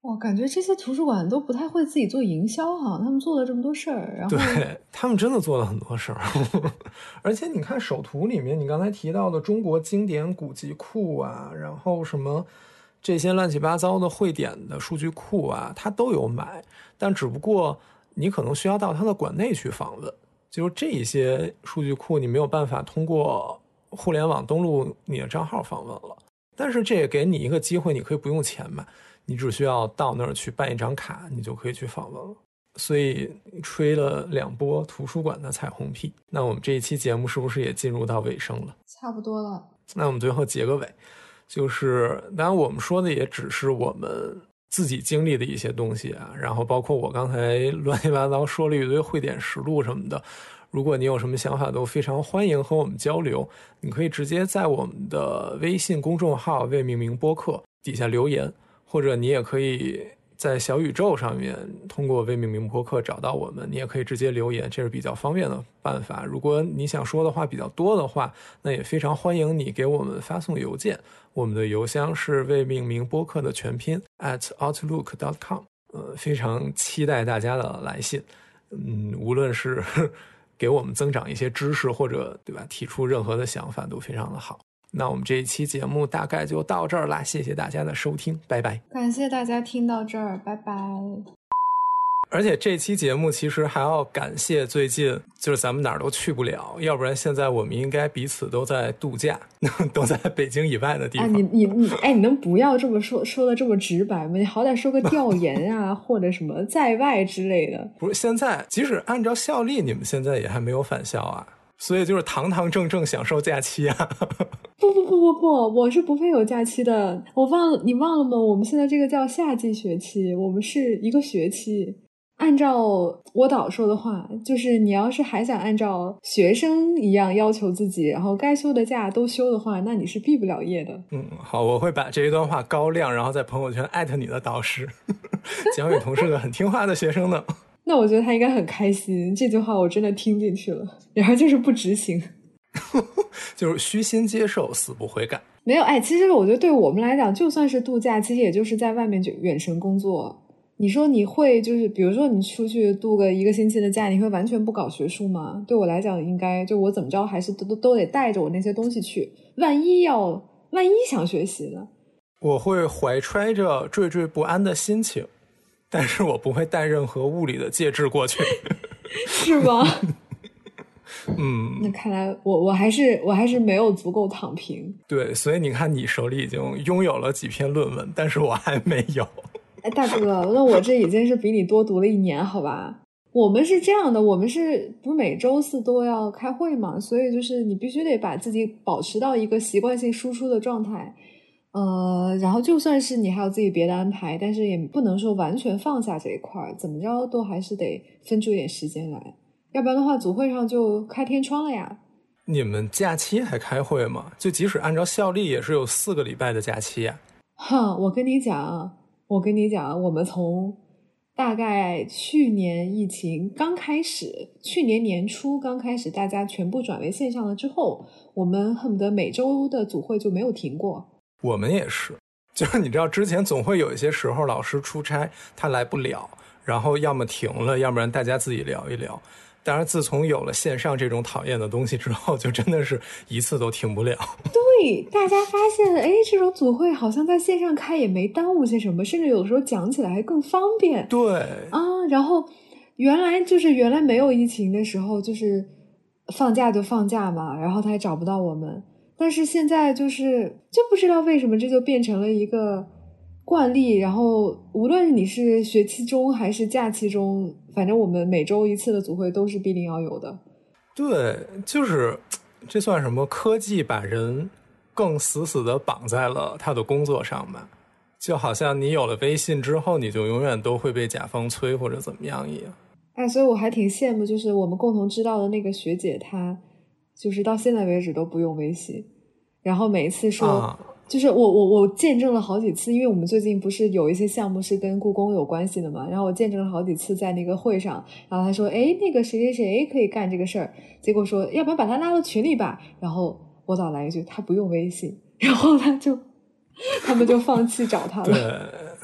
我感觉这些图书馆都不太会自己做营销哈，他们做了这么多事儿，然后对，他们真的做了很多事儿。而且你看首图里面，你刚才提到的中国经典古籍库啊，然后什么这些乱七八糟的汇点的数据库啊，它都有买，但只不过你可能需要到它的馆内去访问，就是这一些数据库你没有办法通过互联网登录你的账号访问了。但是这也给你一个机会，你可以不用钱买，你只需要到那儿去办一张卡，你就可以去访问了。所以吹了两波图书馆的彩虹屁，那我们这一期节目是不是也进入到尾声了？ 差不多了。 那我们最后结个尾，就是当然我们说的也只是我们自己经历的一些东西啊，然后包括我刚才乱七八糟说了一堆汇点实录什么的，如果你有什么想法都非常欢迎和我们交流，你可以直接在我们的微信公众号未命名播客底下留言，或者你也可以在小宇宙上面通过未命名播客找到我们，你也可以直接留言，这是比较方便的办法。如果你想说的话比较多的话，那也非常欢迎你给我们发送邮件，我们的邮箱是未命名播客的全拼 at outlook dot com。 呃，非常期待大家的来信，嗯，无论是给我们增长一些知识，或者对吧，提出任何的想法都非常的好。那我们这一期节目大概就到这儿啦，谢谢大家的收听，拜拜。 感谢大家听到这儿，拜拜。 而且这期节目其实还要感谢最近就是咱们哪儿都去不了，要不然现在我们应该彼此都在度假，都在北京以外的地方。 哎，你你你，哎，你能不要这么说，说的这么直白吗？你好歹说个调研啊，或者什么在外之类的。 不是，现在即使按照校历，你们现在也还没有返校啊，所以就是堂堂正正享受假期啊。 不不不不不，我是不配有假期的。我忘了，你忘了吗？我们现在这个叫夏季学期，我们是一个学期。按照我导说的话，就是你要是还想按照学生一样要求自己，然后该休的假都休的话，那你是毕不了业的。 嗯，好，我会把这一段话高亮，然后在朋友圈艾特你的导师。蒋伟彤是个很听话的学生呢。 那我觉得他应该很开心，这句话我真的听进去了，然后就是不执行。 就是虚心接受，死不悔改。 没有，哎，其实我觉得对我们来讲，就算是度假，其实也就是在外面远程工作。你说你会就是比如说你出去度个一个星期的假，你会完全不搞学术吗？对我来讲，应该就我怎么着还是都都都得带着我那些东西去，万一要万一想学习呢？ 我会怀揣着惴惴不安的心情，但是我不会带任何物理的介质过去。 是吗？ 嗯， 那看来我我还是我还是没有足够躺平。 对，所以你看你手里已经拥有了几篇论文，但是我还没有。 哎，大哥，那我这已经是比你多读了一年，好吧？我们是这样的，我们是不是每周四都要开会嘛？所以就是你必须得把自己保持到一个习惯性输出的状态，呃，然后就算是你还有自己别的安排，但是也不能说完全放下这一块，怎么着都还是得分出一点时间来，要不然的话组会上就开天窗了呀。 你们假期还开会吗？就即使按照校历也是有四个礼拜的假期呀。 哼，我跟你讲我跟你讲，我们从大概去年疫情刚开始，去年年初刚开始，大家全部转为线上了之后，我们恨不得每周的组会就没有停过。 我们也是，就是你知道之前总会有一些时候老师出差他来不了，然后要么停了，要不然大家自己聊一聊。当然自从有了线上这种讨厌的东西之后，就真的是一次都停不了。 对，大家发现哎，这种组会好像在线上开也没耽误些什么，甚至有的时候讲起来还更方便。 对啊，然后原来就是原来没有疫情的时候，就是放假就放假嘛，然后他也找不到我们。但是现在就是就不知道为什么这就变成了一个惯例，然后无论你是学期中还是假期中，反正我们每周一次的组会都是必定要有的。 对，就是这算什么？科技把人更死死地绑在了他的工作上吧，就好像你有了微信之后，你就永远都会被甲方催或者怎么样一样。 哎，所以我还挺羡慕，就是我们共同知道的那个学姐，她就是到现在为止都不用微信，然后每一次说、啊、就是我我我见证了好几次，因为我们最近不是有一些项目是跟故宫有关系的嘛，然后我见证了好几次在那个会上，然后他说哎那个谁谁谁可以干这个事儿，结果说要不然把他拉到群里吧，然后我早来一句他不用微信，然后他就他们就放弃找他了。 对，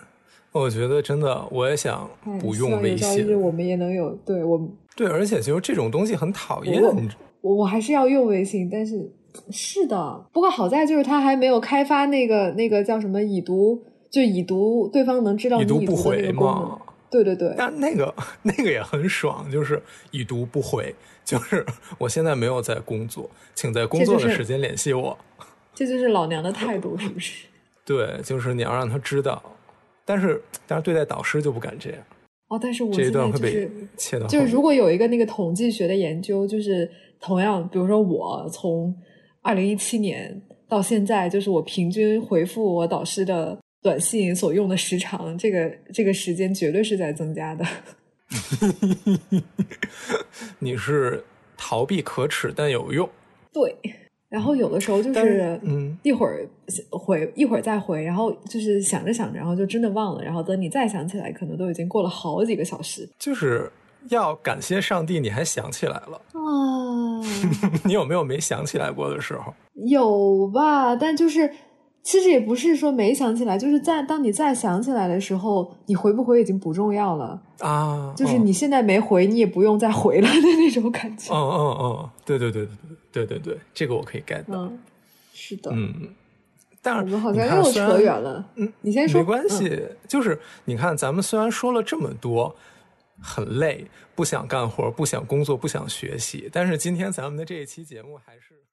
我觉得真的，我也想不用微信。 希望有朝一日我们也能有，对我对，而且就是这种东西很讨厌。 我我还是要用微信，但是是的，不过好在就是他还没有开发那个那个叫什么已读，就已读对方能知道你已读的那个功能。对对对， 但那个那个也很爽，就是已读不回，就是我现在没有在工作，请在工作的时间联系我。 这就是、这就是老娘的态度，是不是？ 对，就是你要让他知道，但是但是对待导师就不敢这样。 哦，但是我、 就是、这一段会被切到， 就是如果有一个那个统计学的研究，就是同样，比如说我从二零一七年到现在，就是我平均回复我导师的短信所用的时长，这个这个时间绝对是在增加的。 你是逃避可耻但有用。 对。然后有的时候就是一会儿回、嗯、一会儿再回，然后就是想着想着然后就真的忘了，然后等你再想起来可能都已经过了好几个小时。 就是要感谢上帝你还想起来了啊！ 你有没有没想起来过的时候？ 有吧，但就是其实也不是说没想起来，就是在当你再想起来的时候，你回不回已经不重要了啊， 就是你现在没回、嗯、你也不用再回了的那种感觉。 嗯嗯嗯，对对对对对对对，这个我可以 get 到。 嗯，是的。 嗯，但是我们好像又扯远了。 嗯， 你先说。 没关系、 嗯， 就是你看咱们虽然说了这么多，很累，不想干活，不想工作，不想学习，但是今天咱们的这一期节目还是